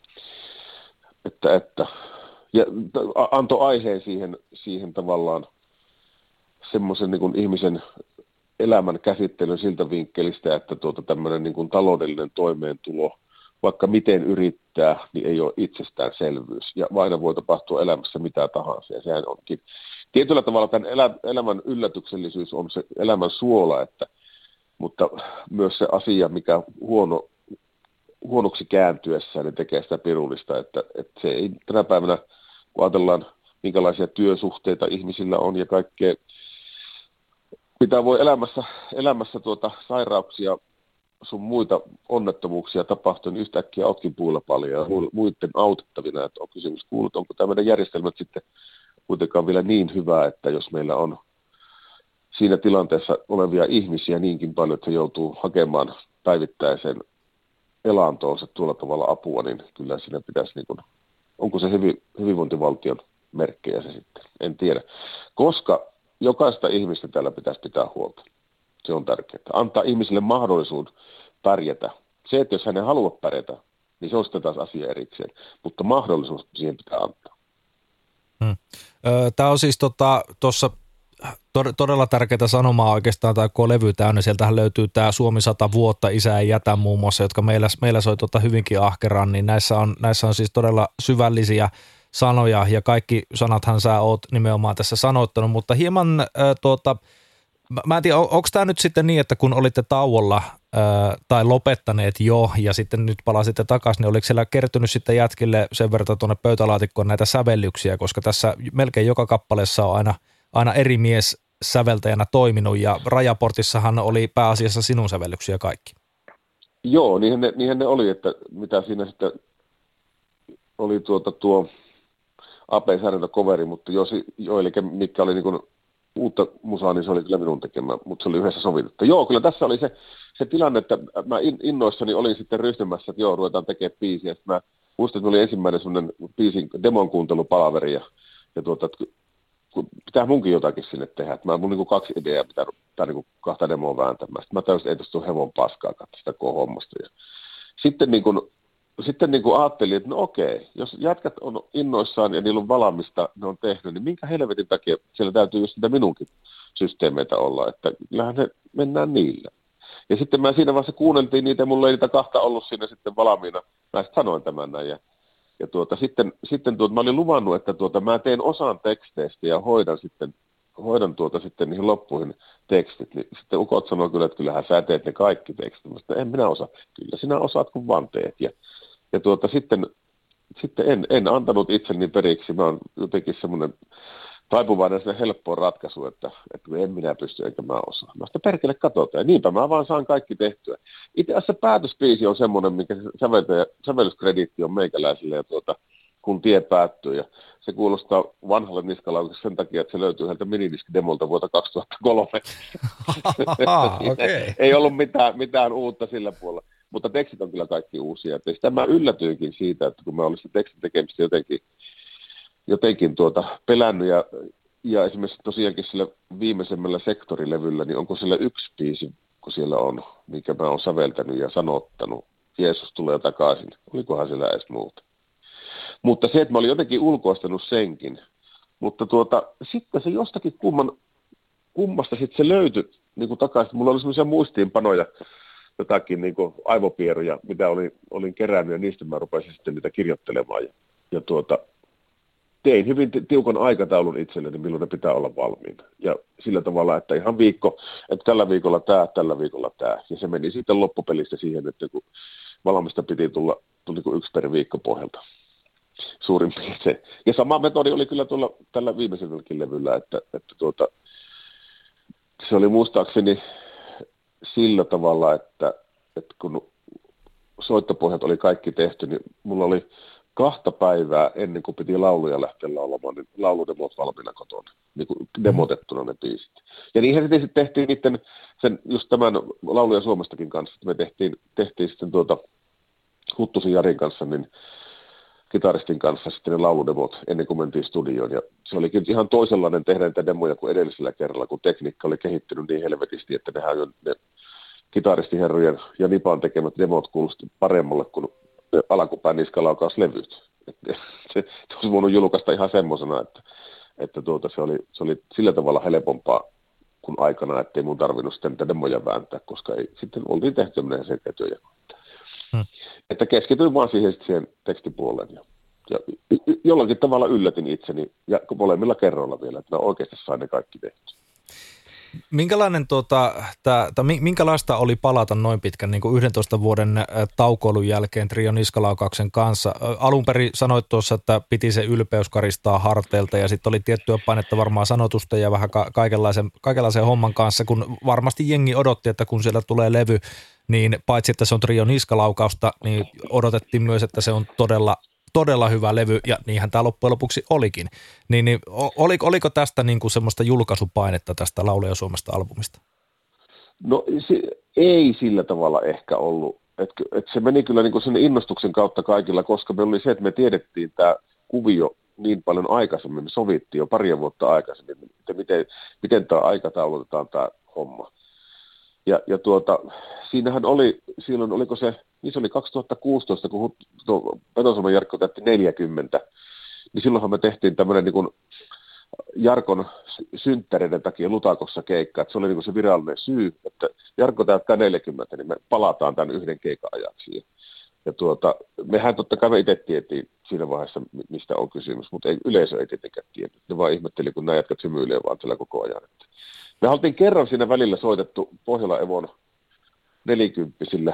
että, että ja antoi aiheen siihen, siihen tavallaan semmoisen niin kuin ihmisen elämän käsittelyn siltä vinkkelistä, että tuota tämmöinen niin kuin taloudellinen toimeentulo, vaikka miten yrittää, niin ei ole itsestäänselvyys. Ja aina voi tapahtua elämässä mitä tahansa. Ja sehän onkin. Tietyllä tavalla tämän elä, elämän yllätyksellisyys on se elämän suola, että, mutta myös se asia, mikä huono, huonoksi kääntyessään, niin tekee sitä pirullista, että, että se ei tänä päivänä, kun ajatellaan, minkälaisia työsuhteita ihmisillä on ja kaikkea, mitä voi elämässä, elämässä tuota sairauksia, sun muita onnettomuuksia tapahtuu, niin yhtäkkiä ootkin puilla paljon ja muiden autettavina, että on kysymys kuullut, onko tämä meidän järjestelmät sitten kuitenkaan vielä niin hyvä, että jos meillä on siinä tilanteessa olevia ihmisiä niinkin paljon, että he joutuu hakemaan päivittäiseen elantoonsa tuolla tavalla apua, niin kyllä siinä pitäisi, niin kuin, onko se hyvin, hyvinvointivaltion merkkejä se sitten, en tiedä. Koska jokaista ihmistä täällä pitäisi pitää huolta. Se on tärkeää. Antaa ihmisille mahdollisuus pärjätä. Se, että jos hän ei halua pärjätä, niin se on sitten taas asia erikseen. Mutta mahdollisuus siihen pitää antaa. Hmm. Tämä on siis tuossa tota, todella tärkeää sanomaa oikeastaan, tai kun on levy täynnä, sieltähän löytyy tämä Suomi sata vuotta, Isä ei jätä muun muassa, jotka meillä, meillä soi tuota hyvinkin ahkeraan, niin näissä on, näissä on siis todella syvällisiä sanoja, ja kaikki sanathan sä oot nimenomaan tässä sanoittanut, mutta hieman äh, tuota, mä en tiedä, on, onko tämä nyt sitten niin, että kun olitte tauolla äh, tai lopettaneet jo, ja sitten nyt palasitte takaisin, niin oliko siellä kertynyt sitten jätkille sen verran tuonne pöytälaatikkoon näitä sävellyksiä, koska tässä melkein joka kappaleessa on aina aina eri mies säveltäjänä toiminut, ja Rajaportissahan oli pääasiassa sinun sävellyksiä kaikki. Joo, niinhän ne, niinhän ne oli, että mitä siinä sitten oli tuota tuo A P Särjäntä-coveri, mutta jo, jo, eli mikä oli niin kuin uutta musaa, niin se oli kyllä minun tekemä, mutta se oli yhdessä sovitettu. Joo, kyllä tässä oli se, se tilanne, että mä innoissani olin sitten ryhtymässä, että joo, ruvetaan tekemään biisiä. Sitten mä muistan, että oli ensimmäinen semmoinen biisin demon kuuntelupalaveri, ja, ja tuota, että pitää munkin jotakin sinne tehdä. Että mä mun niin kaksi ideaa pitää, pitää niin kahta demoa vääntämään. Sitten mä täysin, että ei tuosta ole hevon paskaa katsoa sitä koko hommasta. Ja sitten, niin kuin, sitten niin kuin ajattelin, että no okei, jos jätkät on innoissaan ja niillä on valmista, ne on tehnyt, niin minkä helvetin takia siellä täytyy just sitä minunkin systeemeitä olla, että kyllähän ne mennään niillä. Ja sitten mä siinä vaiheessa kuunneltiin niitä, ja mulla ei niitä kahta ollut siinä sitten valmiina. Mä sitten sanoin tämän näin, ja Ja tuota, sitten, sitten tuota, mä olin luvannut, että tuota, mä teen osan teksteistä ja hoidan sitten, hoidan tuota sitten niihin loppuihin tekstit. Niin sitten ukot sanoi kyllä, että kyllähän sä teet ne kaikki tekstit. Mä sanoin, en minä osaa. Kyllä sinä osaat, kun vaan teet. Ja, ja tuota, sitten, sitten en, en antanut itseni periksi. Mä oon jotenkin semmoinen taipuvainen sinne helppoon ratkaisu, että, että en minä pysty eikä mä osaa. Mä sitä perkele katsotaan. Ja niinpä mä vaan saan kaikki tehtyä. Itse asiassa päätöspiisi on semmoinen, mikä sävellyskrediitti on meikäläisille, ja tuota, kun tie päättyy. Ja se kuulostaa vanhalle niskalaukalle sen takia, että se löytyy yhdeltä minidiskidemolta vuotta kaksituhattakolme. Okay. Ei ollut mitään, mitään uutta sillä puolella. Mutta tekstit on kyllä kaikki uusia. Että sitä mä yllätyinkin siitä, että kun mä olin sitä tekstin tekemistä jotenkin jotenkin tuota pelännyt, ja, ja esimerkiksi tosiaankin sillä viimeisemmällä sektorilevyllä, niin onko siellä yksi biisi, kun siellä on, mikä mä oon säveltänyt ja sanottanut, Jeesus tulee takaisin, olikohan siellä edes muuta. Mutta se, että mä olin jotenkin ulkoistanut senkin, mutta tuota, sitten se jostakin kumman, kummasta sitten se löytyi niin kuin takaisin. Mulla oli semmoisia muistiinpanoja, jotakin niin kuin aivopieruja, mitä olin, olin kerännyt, ja niistä mä rupesin sitten niitä kirjoittelemaan, ja, ja tuota, tein hyvin tiukan aikataulun itselleni, milloin ne pitää olla valmiina. Ja sillä tavalla, että ihan viikko, että tällä viikolla tämä, tällä viikolla tämä. Ja se meni sitten loppupelistä siihen, että kun valmista piti tulla tuli kuin yksi per viikko pohjalta suurin piirtein. Ja sama metodi oli kyllä tuolla tällä viimeiselläkin levyllä, että, että tuota, se oli muistaakseni sillä tavalla, että, että kun soittopohjat oli kaikki tehty, niin mulla oli kahta päivää ennen kuin piti lauluja lähteä laulamaan, niin lauludemot valmiina kotona, niin kuin demotettuna ne biisit. Ja niinhän sitten tehtiin niiden, sen, just tämän Lauluja Suomestakin kanssa, me tehtiin, tehtiin sitten tuota Huttusen Jarin kanssa, niin kitaristin kanssa sitten ne lauludemot ennen kuin mentiin studioon. Ja se olikin ihan toisenlainen tehdä niitä demoja kuin edellisellä kerralla, kun tekniikka oli kehittynyt niin helvetisti, että nehän on ne kitaristiherrojen ja Nipan tekemät demot kuulosti paremmalle kuin alkupään niskalaukauslevyt. Se olisi voinut julkaista ihan semmoisena, että, että tuota, se, oli, se oli sillä tavalla helpompaa kuin aikana, ettei mun tarvinnut sitten niitä demoja vääntää, koska ei, sitten oltiin tehty tämmöinen selkeä työjako. Hmm. Että keskityin vaan siihen, siihen tekstipuoleen. Ja, ja jollakin tavalla yllätin itseni, ja molemmilla kerroilla vielä, että mä oikeasti sain ne kaikki tehty. Minkälainen tuota, tää, tää, minkälaista oli palata noin pitkän niin kuin yhdentoista vuoden taukoilun jälkeen Trio Niskalaukauksen kanssa? Alun perin sanoit tuossa, että piti se ylpeys karistaa harteilta, ja sitten oli tiettyä painetta varmaan sanotusta ja vähän ka- kaikenlaisen, kaikenlaisen homman kanssa, kun varmasti jengi odotti, että kun siellä tulee levy, niin paitsi että se on Trio Niskalaukausta, niin odotettiin myös, että se on todella todella hyvä levy, ja niinhän tämä loppujen lopuksi olikin. Niin, niin oliko, oliko tästä niin kuin semmoista julkaisupainetta tästä Lauluja Suomesta -albumista? No se, ei sillä tavalla ehkä ollut. Et, et se meni kyllä niin kuin sen innostuksen kautta kaikilla, koska me oli se, että me tiedettiin tämä kuvio niin paljon aikaisemmin, me sovittiin jo pari vuotta aikaisemmin, että miten, miten tämä aikataulutetaan tämä homma. Ja, ja tuota, siinähän oli, silloin oliko se, niin se oli kaksituhattakuusitoista, kun Petosalmen Jarkko täytti neljäkymmentä, niin silloinhan me tehtiin tämmöinen niin kuin Jarkon synttäreiden takia Lutakossa keikka, että se oli niin kuin se virallinen syy, että Jarkko täyttää neljäkymmentä, niin me palataan tämän yhden keikan ajaksi. Ja tuota, mehän totta kai me itse tiedettiin siinä vaiheessa, mistä on kysymys, mutta ei, yleisö ei tietenkään tiennyt. Ne vaan ihmetteli, kun nämä jätkät hymyilee vaan siellä koko ajan. Me oltiin kerran siinä välillä soitettu Pohjola-Evon nelikymppisillä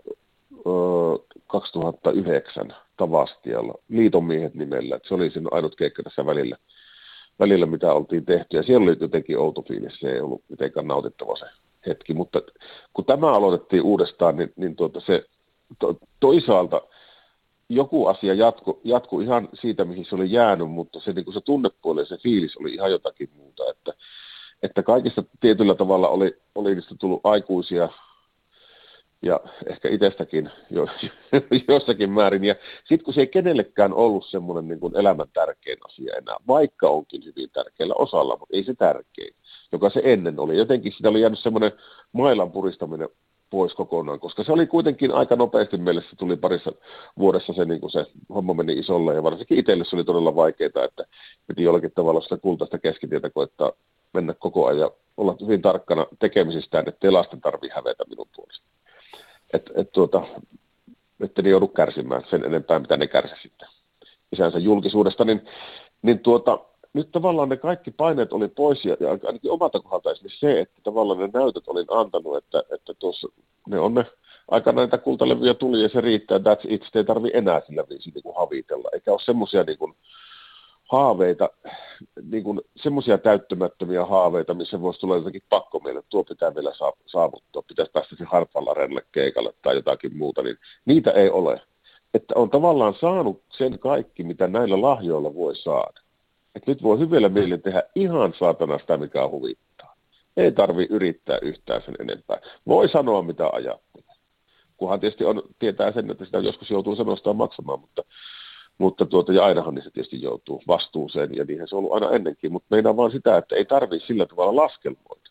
kaksituhattayhdeksän Tavastialla, Liiton miehet nimellä. Se oli siinä ainut keikka tässä välillä, välillä, mitä oltiin tehty. Ja siellä oli jotenkin outo fiilis, se ei ollut mitenkään nautittava se hetki. Mutta kun tämä aloitettiin uudestaan, niin, niin tuota se to, toisaalta joku asia jatkui jatku ihan siitä, mihin se oli jäänyt, mutta se, niin kuin se tunnepuoli ja se fiilis oli ihan jotakin muuta. Että, että kaikista tietyllä tavalla oli, oli niistä tullut aikuisia, ja ehkä itsestäkin jo, jossakin määrin. Ja sitten kun se ei kenellekään ollut semmoinen niin kuin elämän tärkein asia enää, vaikka onkin hyvin tärkeällä osalla, mutta ei se tärkein, joka se ennen oli. Jotenkin sitä oli jäänyt semmoinen mailan puristaminen pois kokonaan, koska se oli kuitenkin aika nopeasti meille, se tuli parissa vuodessa se, niin kuin se homma meni isolle, ja varsinkin itselle se oli todella vaikeaa, että piti jollakin tavalla sitä kultaista keskitietä koettaa mennä koko ajan, olla hyvin tarkkana tekemisistään, ettei lasten tarvitse hävetä minun puolesta. Että et tuota, että ne joudu kärsimään sen enempää, mitä ne kärsi sitten isänsä julkisuudesta, niin, niin tuota, nyt tavallaan ne kaikki paineet oli pois, ja, ja ainakin omalta kohdalta esimerkiksi se, että tavallaan ne näytöt olin antanut, että, että tuossa ne on ne, aika näitä kultalevyjä tuli, ja se riittää, että that's it, ei tarvitse enää sillä viisi niin kuin havitella, eikä ole semmoisia niin kuin haaveita, niin kuin semmoisia täyttämättömiä haaveita, missä voisi tulla jotakin pakko meille, että tuo pitää vielä saavuttaa, pitäisi päästä se Hartwall Arenalle keikalle tai jotakin muuta, niin niitä ei ole. Että on tavallaan saanut sen kaikki, mitä näillä lahjoilla voi saada. Että nyt voi hyvällä mielin tehdä ihan saatana sitä, mikä huvittaa. Ei tarvitse yrittää yhtään sen enempää. Voi sanoa, mitä ajattelee. Kunhan tietysti on, tietää sen, että sitä joskus joutuu sanosta maksamaan, mutta Mutta tuota, ja ainahan niin se tietysti joutuu vastuuseen, ja niinhän se on ollut aina ennenkin, mutta meinaa vaan sitä, että ei tarvitse sillä tavalla laskelmoida,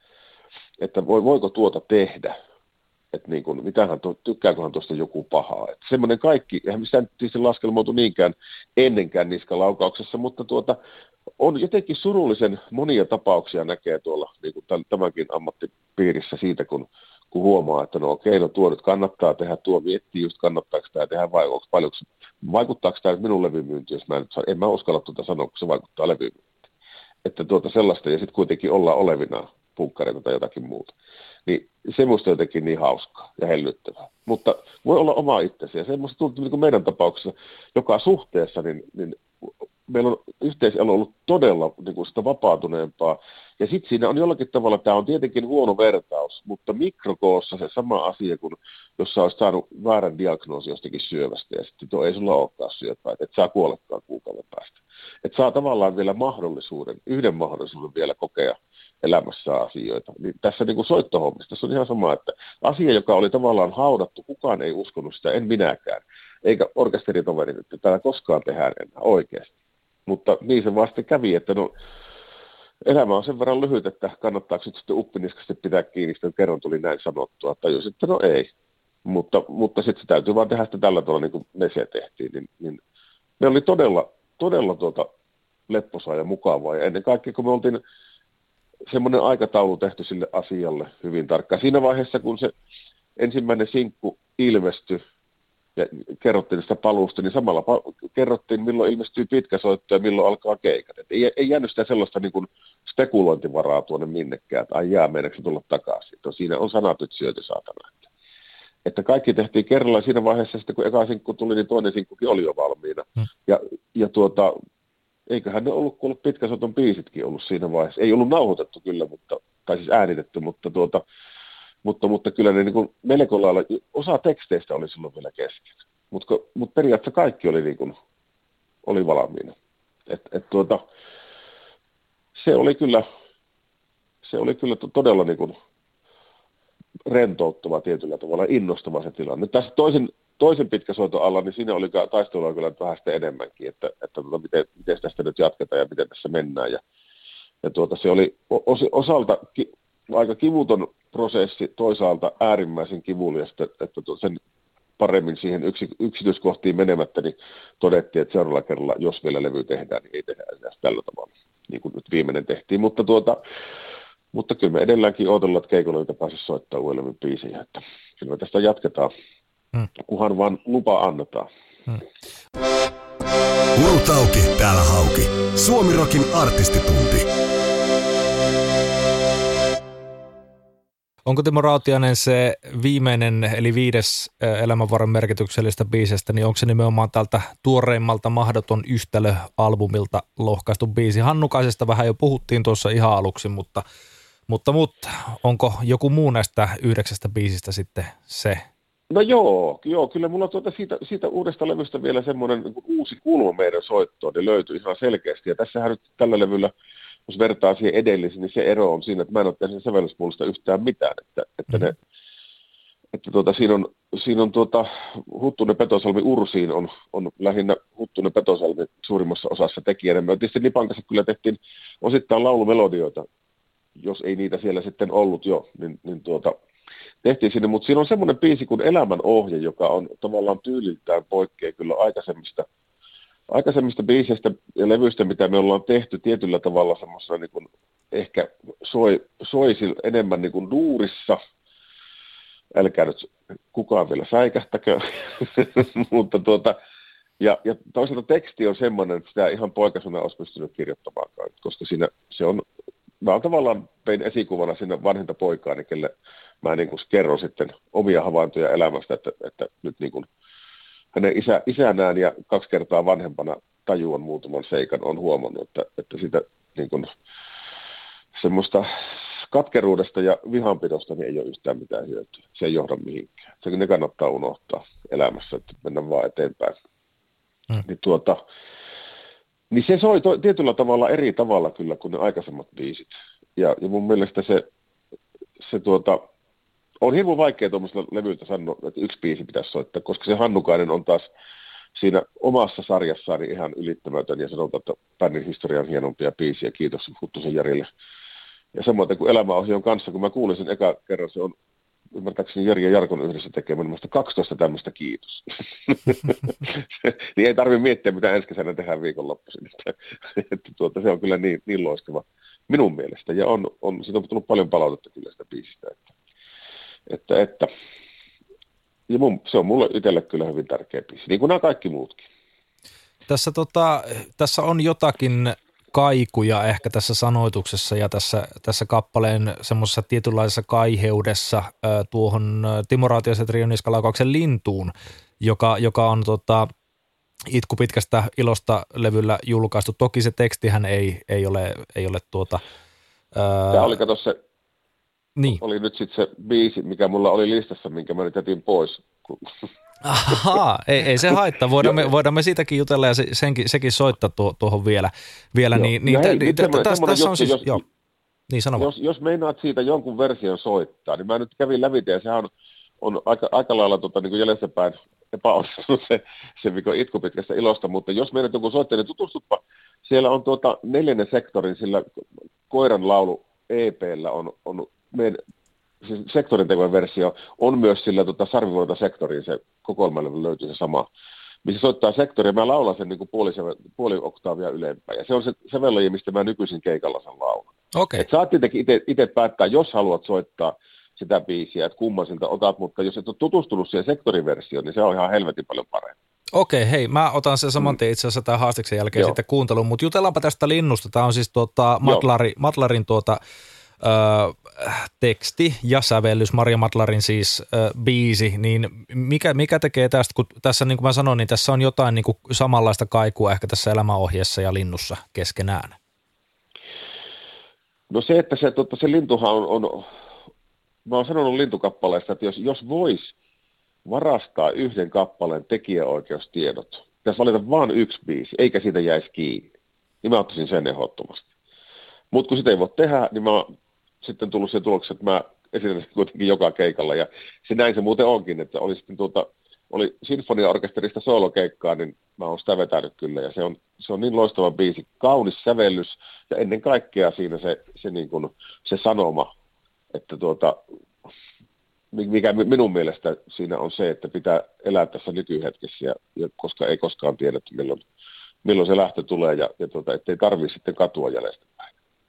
että voi, voiko tuota tehdä, että niin kuin, mitähän, tykkääköhän tuosta joku pahaa, että semmoinen kaikki, eihän missään tietysti laskelmoitu niinkään ennenkään niskalaukauksessa, mutta tuota, on jotenkin surullisen monia tapauksia näkee tuolla niin kuin tämänkin ammattipiirissä siitä, kun kun huomaa, että no okei, no tuo nyt kannattaa tehdä, tuo miettii just kannattaako tämä tehdä vai onko paljon, vaikuttaako tämä minun levymyyntiin, jos mä en, en mä uskalla tuota sanoa, kun se vaikuttaa levymyyntiin. Että tuota sellaista, ja sitten kuitenkin ollaan olevina punkkareita tai jotakin muuta. Niin semmoista jotenkin niin hauskaa ja hellyttävää. Mutta voi olla oma itsesi, ja semmoista tuntuu niin kuin meidän tapauksessa joka suhteessa, niin, niin meillä on yhteiselo ollut todella niin kuin sitä vapautuneempaa. Ja sitten siinä on jollakin tavalla, tämä on tietenkin huono vertaus, mutta mikrokoossa se sama asia kuin jos sä olisit saanut väärän diagnoosi jostakin syövästä ja sitten tuo ei sulla olekaan syöpää, että et saa kuollekaan kuukauden päästä. Että saa tavallaan vielä mahdollisuuden, yhden mahdollisuuden vielä kokea elämässä asioita. Niin tässä niin kuin soittohommissa, tässä on ihan sama, että asia, joka oli tavallaan haudattu, kukaan ei uskonut sitä, en minäkään, eikä orkesteritoverit, että täällä koskaan tehdään enää oikeasti. Mutta niin se vaan sitten kävi, että no elämä on sen verran lyhyt, että kannattaako nyt sitten uppiniskasti pitää kiinni, sitten kerran tuli näin sanottua, tajusin, että no ei. Mutta, mutta sitten se täytyy vaan tehdä sitä tällä tavalla, niin kuin me se tehtiin. Niin, niin me oli todella, todella tuota lepposaa ja mukavaa. Ja ennen kaikkea, kun me oltiin semmoinen aikataulu tehty sille asialle hyvin tarkkaan. Siinä vaiheessa, kun se ensimmäinen sinkku ilmestyi, ja kerrottiin sitä paluusta, niin samalla kerrottiin, milloin ilmestyy pitkä soitto ja milloin alkaa keikat. Et ei, ei jäänyt sitä sellaista niin kuin spekulointivaraa tuonne minnekään, että ai jää, meidänkö se tulla takaisin. No, siinä on sanat nyt syöty saatana. Että, että kaikki tehtiin kerralla siinä vaiheessa, sitten kun eka sinkku tuli, niin toinen sinkkukin oli jo valmiina. Hmm. Ja, ja tuota, eiköhän ne ollut, kun ollut pitkäsoiton biisitkin ollut siinä vaiheessa. Ei ollut nauhoitettu kyllä, mutta, tai siis äänitetty, mutta tuota, Mutta, mutta kyllä ne niin kuin melko lailla, osa teksteistä oli silloin vielä kesken. Mutta mut periaatteessa kaikki oli, niin kuin, oli valmiina. Et, et tuota, se oli kyllä, se oli kyllä todella niin kuin rentouttava tietyllä tavalla, innostava se tilanne. Nyt tässä toisen, toisen pitkäsoiton alla, niin siinä oli taistelua kyllä vähän sitä enemmänkin, että, että tuota, miten, miten tästä nyt jatketaan ja miten tässä mennään. Ja, ja tuota, se oli os, osalta ki, aika kivuton prosessi, toisaalta äärimmäisen kivuliasta, että, että sen paremmin siihen yksi, yksityiskohtiin menemättä, niin todettiin, että seuraavalla kerralla, jos vielä levy tehdään, niin ei tehdä edes tällä tavalla. niin kuin nyt viimeinen tehtiin, mutta tuota, mutta kyllä me edelläänkin odotellaan, että keikolla niitä pääsisi soittaa uudelleen biisejä, että kyllä me tästä jatketaan, hmm. kunhan vaan lupa annetaan. Hmm. Urut auki, täällä Hauki. Suomi Rockin artistitunti. Onko Timo Rautiainen se viimeinen, eli viides elämänvarren merkityksellistä biisestä, niin onko se nimenomaan tältä tuoreimmalta Mahdoton yhtälö-albumilta lohkaistu biisi? Hannukaisesta vähän jo puhuttiin tuossa ihan aluksi, mutta, mutta, mutta onko joku muu näistä yhdeksästä biisistä sitten se? No joo, joo kyllä mulla tuota siitä, siitä uudesta levystä vielä semmoinen niin uusi kulma meidän soittoon, niin löytyi ihan selkeästi. Ja tässähän nyt tällä levyllä, jos vertaa siihen edellisiin, niin se ero on siinä, että mä en ole tehnyt sävellyspuolesta yhtään mitään. Että, että, ne, että tuota, siinä on, siinä on tuota, Huttunen Petosalmi Ursiin on, on lähinnä Huttunen Petosalmi suurimmassa osassa tekijänä. Me tietysti Nipan kanssa kyllä tehtiin osittain laulumelodioita, jos ei niitä siellä sitten ollut jo, niin, niin tuota... tehtiin sinne, mutta siinä on semmoinen biisi kuin Elämän ohje, joka on tavallaan tyyliltään poikkeaa kyllä aikaisemmista, aikaisemmista biiseistä ja levyistä, mitä me ollaan tehty tietyllä tavalla semmoisena niin kuin ehkä soi, soisi enemmän niin kuin duurissa. Älkää nyt kukaan vielä säikähtäkö, mutta tuota, ja, ja toisaalta teksti on semmoinen, että sitä ihan poikasena olisi pystynyt kirjoittamaankaan, koska siinä se on, mä oon tavallaan pein esikuvana sinne vanhinta poikaani, kelle mä niin kuin kerron sitten omia havaintoja elämästä, että, että nyt niin kuin hänen isä, isänään ja kaksi kertaa vanhempana tajuan muutaman seikan on huomannut, että, että sitä niin kuin semmoista katkeruudesta ja vihanpidosta niin ei ole yhtään mitään hyötyä. Se ei johda mihinkään. Se ne kannattaa unohtaa elämässä, että mennään vaan eteenpäin. Hmm. Niin, tuota, niin se soi to, tietyllä tavalla eri tavalla kyllä kuin ne aikaisemmat biisit. Ja, ja mun mielestä se, se tuota, on hirveän vaikea tuommoisella levyltä sanoa, että yksi biisi pitäisi soittaa, koska se Hannukainen on taas siinä omassa sarjassaan niin ihan ylittämätön ja sanotaan, että bändin historian hienompia biisiä. Kiitos Huttusen Jarille. Ja samoin kuin Elämäohjelman kanssa, kun mä kuulin sen eka kerran, se on ymmärtääkseni Jari ja Jarkon yhdessä tekemään mielestäni kaksitoista tämmöistä kiitos. Niin ei tarvitse miettiä, mitä ensi kesänä tehdään viikonloppuisin. Että tuota, se on kyllä niin, niin loistava minun mielestä. Ja on, on, siitä on tullut paljon palautetta kyllä sitä biisistä. Että, että, että. Ja mun, se on mulle itselle kyllä hyvin tärkeä biisi, niin kuin nämä kaikki muutkin. Tässä, tota, tässä on jotakin kaikuja ehkä tässä sanoituksessa ja tässä, tässä kappaleen semmoisessa tietynlaisessa kaiheudessa äh, tuohon Timo Rautiaisen Trio Niskalaukauksen Lintuun, joka, joka on tota, Itku pitkästä ilosta levyllä julkaistu. Toki se tekstihän ei, ei ole, ei ole tuota... Ää... Tämä oli, kato se, niin. oli nyt sitten se biisi, mikä mulla oli listassa, minkä mä nyt jätin pois. Ahaa, ei, ei se haittaa. Voidaan me, voidaan me siitäkin jutella ja se, senkin, sekin soittaa tuo, tuohon vielä. vielä niin, niin, hei, t- t- tässä, tässä on siis, jos, joo. Niin, sano jos, jos meinaat siitä jonkun version soittaa, niin mä nyt kävin lävite ja sehän on, on aika, aika lailla tota, niin jäljestäpäin epäonnistunut se, se mikä Itku pitkästä ilosta, mutta jos meidät joku soittaa, niin tutustuppa. Siellä on tuota neljännen sektorin, sillä Koiran laulu E P:llä on, on meidän siis sektorin tekojen versio, on myös sillä tota, Sarvivuorta sektoriin, se kokoelmalle löytyy se sama, missä soittaa sektoria. Mä laulan sen niin kuin puoli, puoli oktaavia ylempää, ja se on se sävellaji, mistä mä nykyisin keikalla sen laulan. Okay. Et saat tietenkin itse päättää, jos haluat soittaa sitä biisiä, että kumman siltä otat, mutta jos et ole tutustunut siihen sektoriversioon, niin se on ihan helvetin paljon parempi. Okei, hei, mä otan sen saman tien itse asiassa tämän haastiksen jälkeen Joo. sitten kuunteluun, mutta jutellaanpa tästä linnusta. Tämä on siis tuota Matlari, Matlarin tuota, ö, teksti ja sävellys, Maria Matlarin siis ö, biisi, niin mikä, mikä tekee tästä, kun tässä niin kuin mä sanoin, niin tässä on jotain niin kuin samanlaista kaikua ehkä tässä elämäohjeessa ja linnussa keskenään. No se, että se, totta, se lintuhan on, on, mä oon sanonut lintukappaleesta, että jos, jos vois varastaa yhden kappaleen tekijäoikeustiedot, pitäisi valita vain yksi biisi, eikä siitä jäisi kiinni, niin mä ottaisin sen ehdottomasti. Mutta kun sitä ei voi tehdä, niin mä oon sitten tullut siihen tulokseen, että mä esitän kuitenkin joka keikalla, ja se näin se muuten onkin, että oli sitten tuota, oli sinfoniaorkesterista soolokeikkaa, niin mä oon sitä vetänyt kyllä, ja se on, se on niin loistava biisi, kaunis sävellys, ja ennen kaikkea siinä se, se, niin kuin, se sanoma, että tuota, mikä minun mielestä siinä on se, että pitää elää tässä nykyhetkessä, ja, ja koska ei koskaan tiedä, milloin, milloin se lähtö tulee, ja, ja tuota, ettei tarvitse sitten katua jäljestä.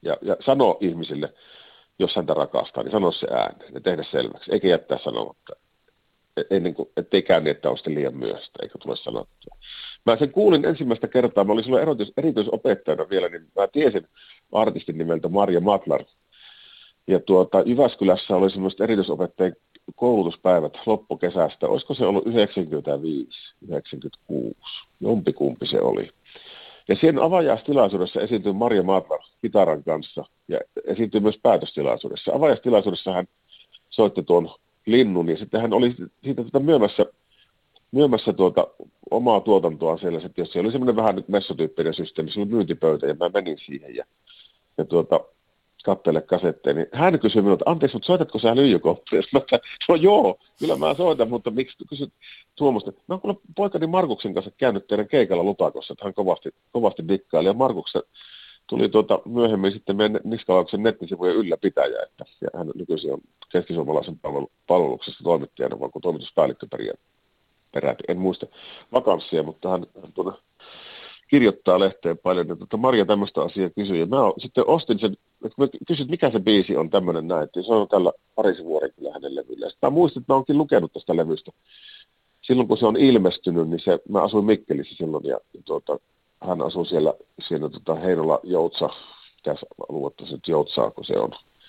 Ja, ja sano ihmisille, jos häntä rakastaa, niin sano se ääneen ja tehdä selväksi, eikä jättää sanomatta. Ennen kuin, ettei käy niin, että on sitten liian myöhäistä, eikä tule sanottua. Mä sen kuulin ensimmäistä kertaa, mä olin silloin erityis, erityisopettajana vielä, niin mä tiesin artistin nimeltä Marja Matlar. Ja tuota, Jyväskylässä oli semmoiset erityisopettajien koulutuspäivät loppukesästä. Olisiko se ollut yhdeksänkymmentäviisi yhdeksänkymmentäkuusi, jompikumpi se oli. Ja siinä avajaistilaisuudessa esiintyi Marja Matlar kitaran kanssa ja esiintyi myös päätöstilaisuudessa. Avajaistilaisuudessa hän soitti tuon linnun ja sitten hän oli siitä tuota myymässä, myymässä tuota omaa tuotantoa siellä, jos se oli semmoinen vähän nyt messotyyppinen systeemi, se oli myyntipöytä ja mä menin siihen ja, ja tuota, katsele kasetteja, niin hän kysyi minulta, anteeksi, mutta soitatko sä lyijykoppia? Mä sanoin, no joo, kyllä mä soitan, mutta miksi kysyt Tuomosta? Mä oon kuule poikani Markuksen kanssa käynyt teidän keikalla Lutakossa, että hän kovasti, kovasti dikkaili, ja Markuksesta tuli tuota myöhemmin sitten meidän Niskalauksen nettisivujen ylläpitäjä, että ja hän nykyisin on keskisuomalaisen palvelu, palveluksessa toimittajana, vaan kuin toimituspäällikkö peräti, en muista vakanssia, mutta hän, hän tuonne kirjoittaa lehteen paljon, ja tuota Marja tämmöistä asiaa kysyi, ja mä sitten ostin sen, että mä kysyin, mikä se biisi on tämmöinen näin, että se on tällä Pariisin Vuorenkylä hänen levyllä. Sitten mä muistin, että mä oonkin lukenut tästä levystä. Silloin kun se on ilmestynyt, niin se, mä asuin Mikkelissä silloin, ja, ja tuota, hän asui siellä, siellä tuota Heinola Joutsa, mikä aluetta se nyt Joutsaa, kun se on.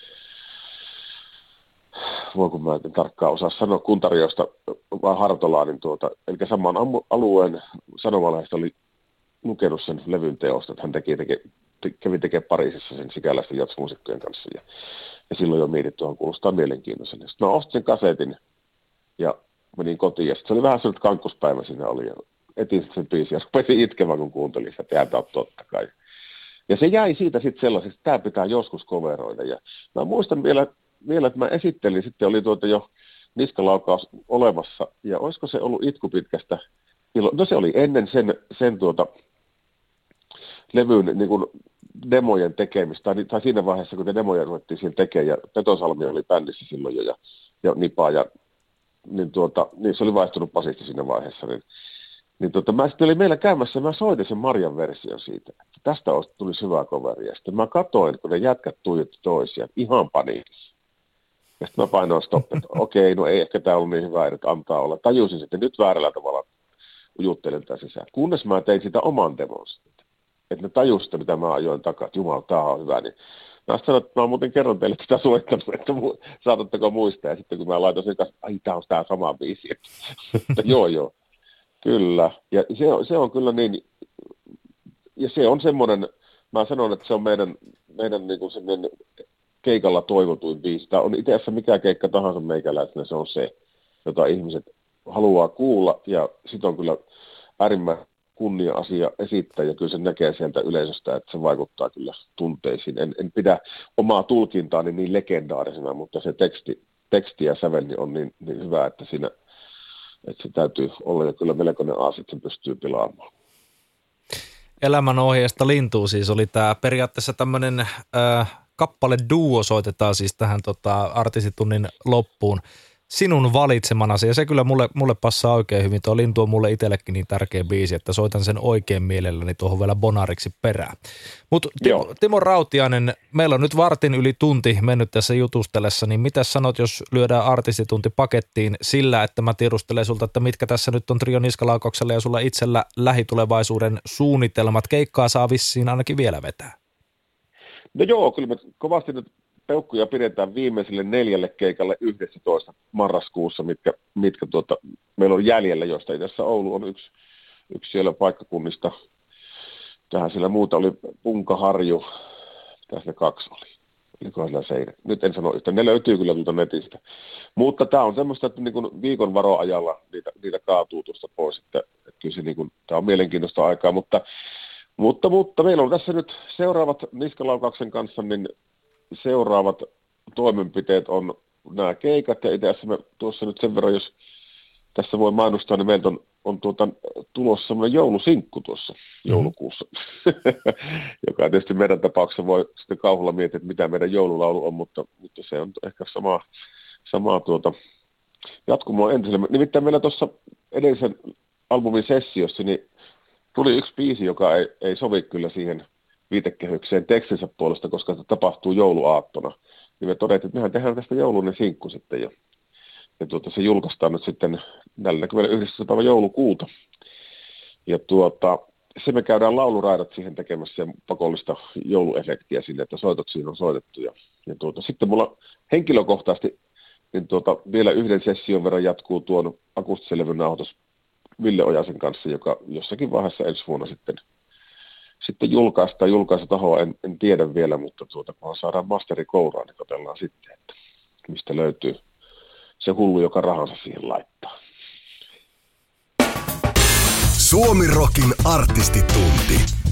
Voinko mä en tarkkaan osaa sanoa Kuntariosta vaan Hartolaa, niin tuota, eli saman alueen sanomalehdestä oli lukenut sen levyn teosta, että hän teki, teki, te, kävi tekemään Pariisissa sen sikäläisten jatsmuusikkojen kanssa, ja, ja silloin jo mietin, tuohon kuulostaa mielenkiintoisen. Sitten mä ostin sen kasetin, ja menin kotiin, ja sitten se oli vähän sellainen kankkuspäivä siinä oli, ja etin sen biisin, ja rupesin itkemään, kun kuuntelin sitä, että jäätä on totta kai. Ja se jäi siitä sitten sellaiseksi, että tämä pitää joskus coveroida, ja mä muistan vielä, vielä että mä esittelin, sitten oli tuota jo niskalaukaus olemassa, ja olisiko se ollut itku pitkästä, no se oli ennen sen, sen tuota, levyn niin kuin demojen tekemistä, tai, tai siinä vaiheessa, kun te demoja ruvettiin siinä tekemään, ja Petosalmi oli bändissä silloin jo, ja, ja Nipa, ja niin, tuota, niin se oli vaihtunut basisti siinä vaiheessa, niin, niin tuota, mä sitten olin meillä käymässä, ja mä soitin sen Marjan version siitä, että tästä tulisi hyvää coveria, ja sitten mä katoin, kun ne jätkät tuijotti toisiaan, ihan paniikissa. Ja sitten mä painoin stop, että okei, okay, no ei ehkä tämä ollut niin hyvä, että antaa olla. Tajusin sitten nyt väärällä tavalla juttelen tämän sisään. Kunnes mä tein sitä oman demonsa. Että ne tajusivat, mitä mä ajoin takaa, että jumala, tämä on hyvä. Niin mä sanoin, että mä muuten kerron teille tätä soittanut, että mu- saatatteko muistaa. Ja sitten kun mä laitoin sen kanssa, ai tämä on tämä sama biisi. Että joo, joo, kyllä. Ja se on, se on kyllä niin, ja se on semmoinen, mä sanon, että se on meidän, meidän niin kuin semmoinen keikalla toivotuin biisi. Tämä on itse asiassa mikä keikka tahansa meikäläisenä, se on se, jota ihmiset haluaa kuulla. Ja sit on kyllä äärimmäinen kunnia-asia esittää, ja kyllä se näkee sieltä yleisöstä, että se vaikuttaa kyllä tunteisiin. En, en pidä omaa tulkintaani niin legendaarisena, mutta se teksti, teksti ja sävel on niin, niin hyvä, että siinä että se täytyy olla jo kyllä melkoinen aasi, että sen pystyy pilaamaan. Elämän ohjeesta lintuu siis oli tämä periaatteessa tämmöinen äh, kappale duo soitetaan siis tähän tota, artistitunnin loppuun. Sinun valitsemanasi, ja se kyllä mulle, mulle passaa oikein hyvin. Tuo lintu on mulle itsellekin niin tärkeä biisi, että soitan sen oikein mielelläni tuohon vielä bonariksi perään. Mutta Timo, Timo Rautiainen, meillä on nyt vartin yli tunti mennyt tässä jutustelessa, niin mitä sanot, jos lyödään artistitunti pakettiin sillä, että mä tiedustelen sulta, että mitkä tässä nyt on Trio Niskalaukauksella ja sulla itsellä lähitulevaisuuden suunnitelmat? Keikkaa saa vissiin ainakin vielä vetää. No joo, kyllä me kovasti nyt peukkuja pidetään viimeiselle neljälle keikalle yhdestoista marraskuussa, mitkä, mitkä tuota, meillä on jäljellä, joista itse asiassa Oulu on yksi, yksi siellä paikkakunnista. Tähän siellä muuta oli Punkaharju, tässä ne kaksi oli. Olikohan siellä Seinä? Nyt en sano yhtä, ne löytyy kyllä tuolta netistä. Mutta tämä on semmoista, että niin kuin viikon varoajalla niitä, niitä kaatuu tuosta pois, että, että kyllä se niin kuin, tämä on mielenkiintoista aikaa, mutta, mutta, mutta meillä on tässä nyt seuraavat Niskalaukauksen kanssa, niin seuraavat toimenpiteet on nämä keikat, ja itse asiassa me tuossa nyt sen verran, jos tässä voi mainostaa, niin meiltä on, on tuota, tulossa semmoinen joulusinkku tuossa joulukuussa, joka tietysti meidän tapauksessa voi sitten kauhulla miettiä, että mitä meidän joululaulu on, mutta, mutta se on ehkä samaa, samaa tuota, jatkumoa entiselle. Nimittäin meillä tuossa edellisen albumin sessiossa, niin tuli yksi biisi, joka ei, ei sovi kyllä siihen viitekehykseen tekstinsä puolesta, koska se tapahtuu jouluaattona. Niin me todettiin, että mehän tehdään tästä joulunen sinkku sitten jo. Ja tuota, se julkaistaan nyt sitten neljäskymmenesyhdeksäs päivä joulukuuta. Ja tuota, se me käydään lauluraidat siihen tekemässä ja pakollista jouluefektiä sinne, että soitot siinä on soitettu. Ja, ja tuota, sitten mulla henkilökohtaisesti niin tuota, vielä yhden session verran jatkuu tuon akustisen levyn nauhoitus Ville Ojasen kanssa, joka jossakin vaiheessa ensi vuonna sitten, sitten julkaistaan. Julkaisutahoa en, en tiedä vielä, mutta tuota, kun saadaan masteri kouraan, niin katsellaan sitten, että mistä löytyy se hullu, joka rahansa siihen laittaa. Suomi Rockin artistitunti.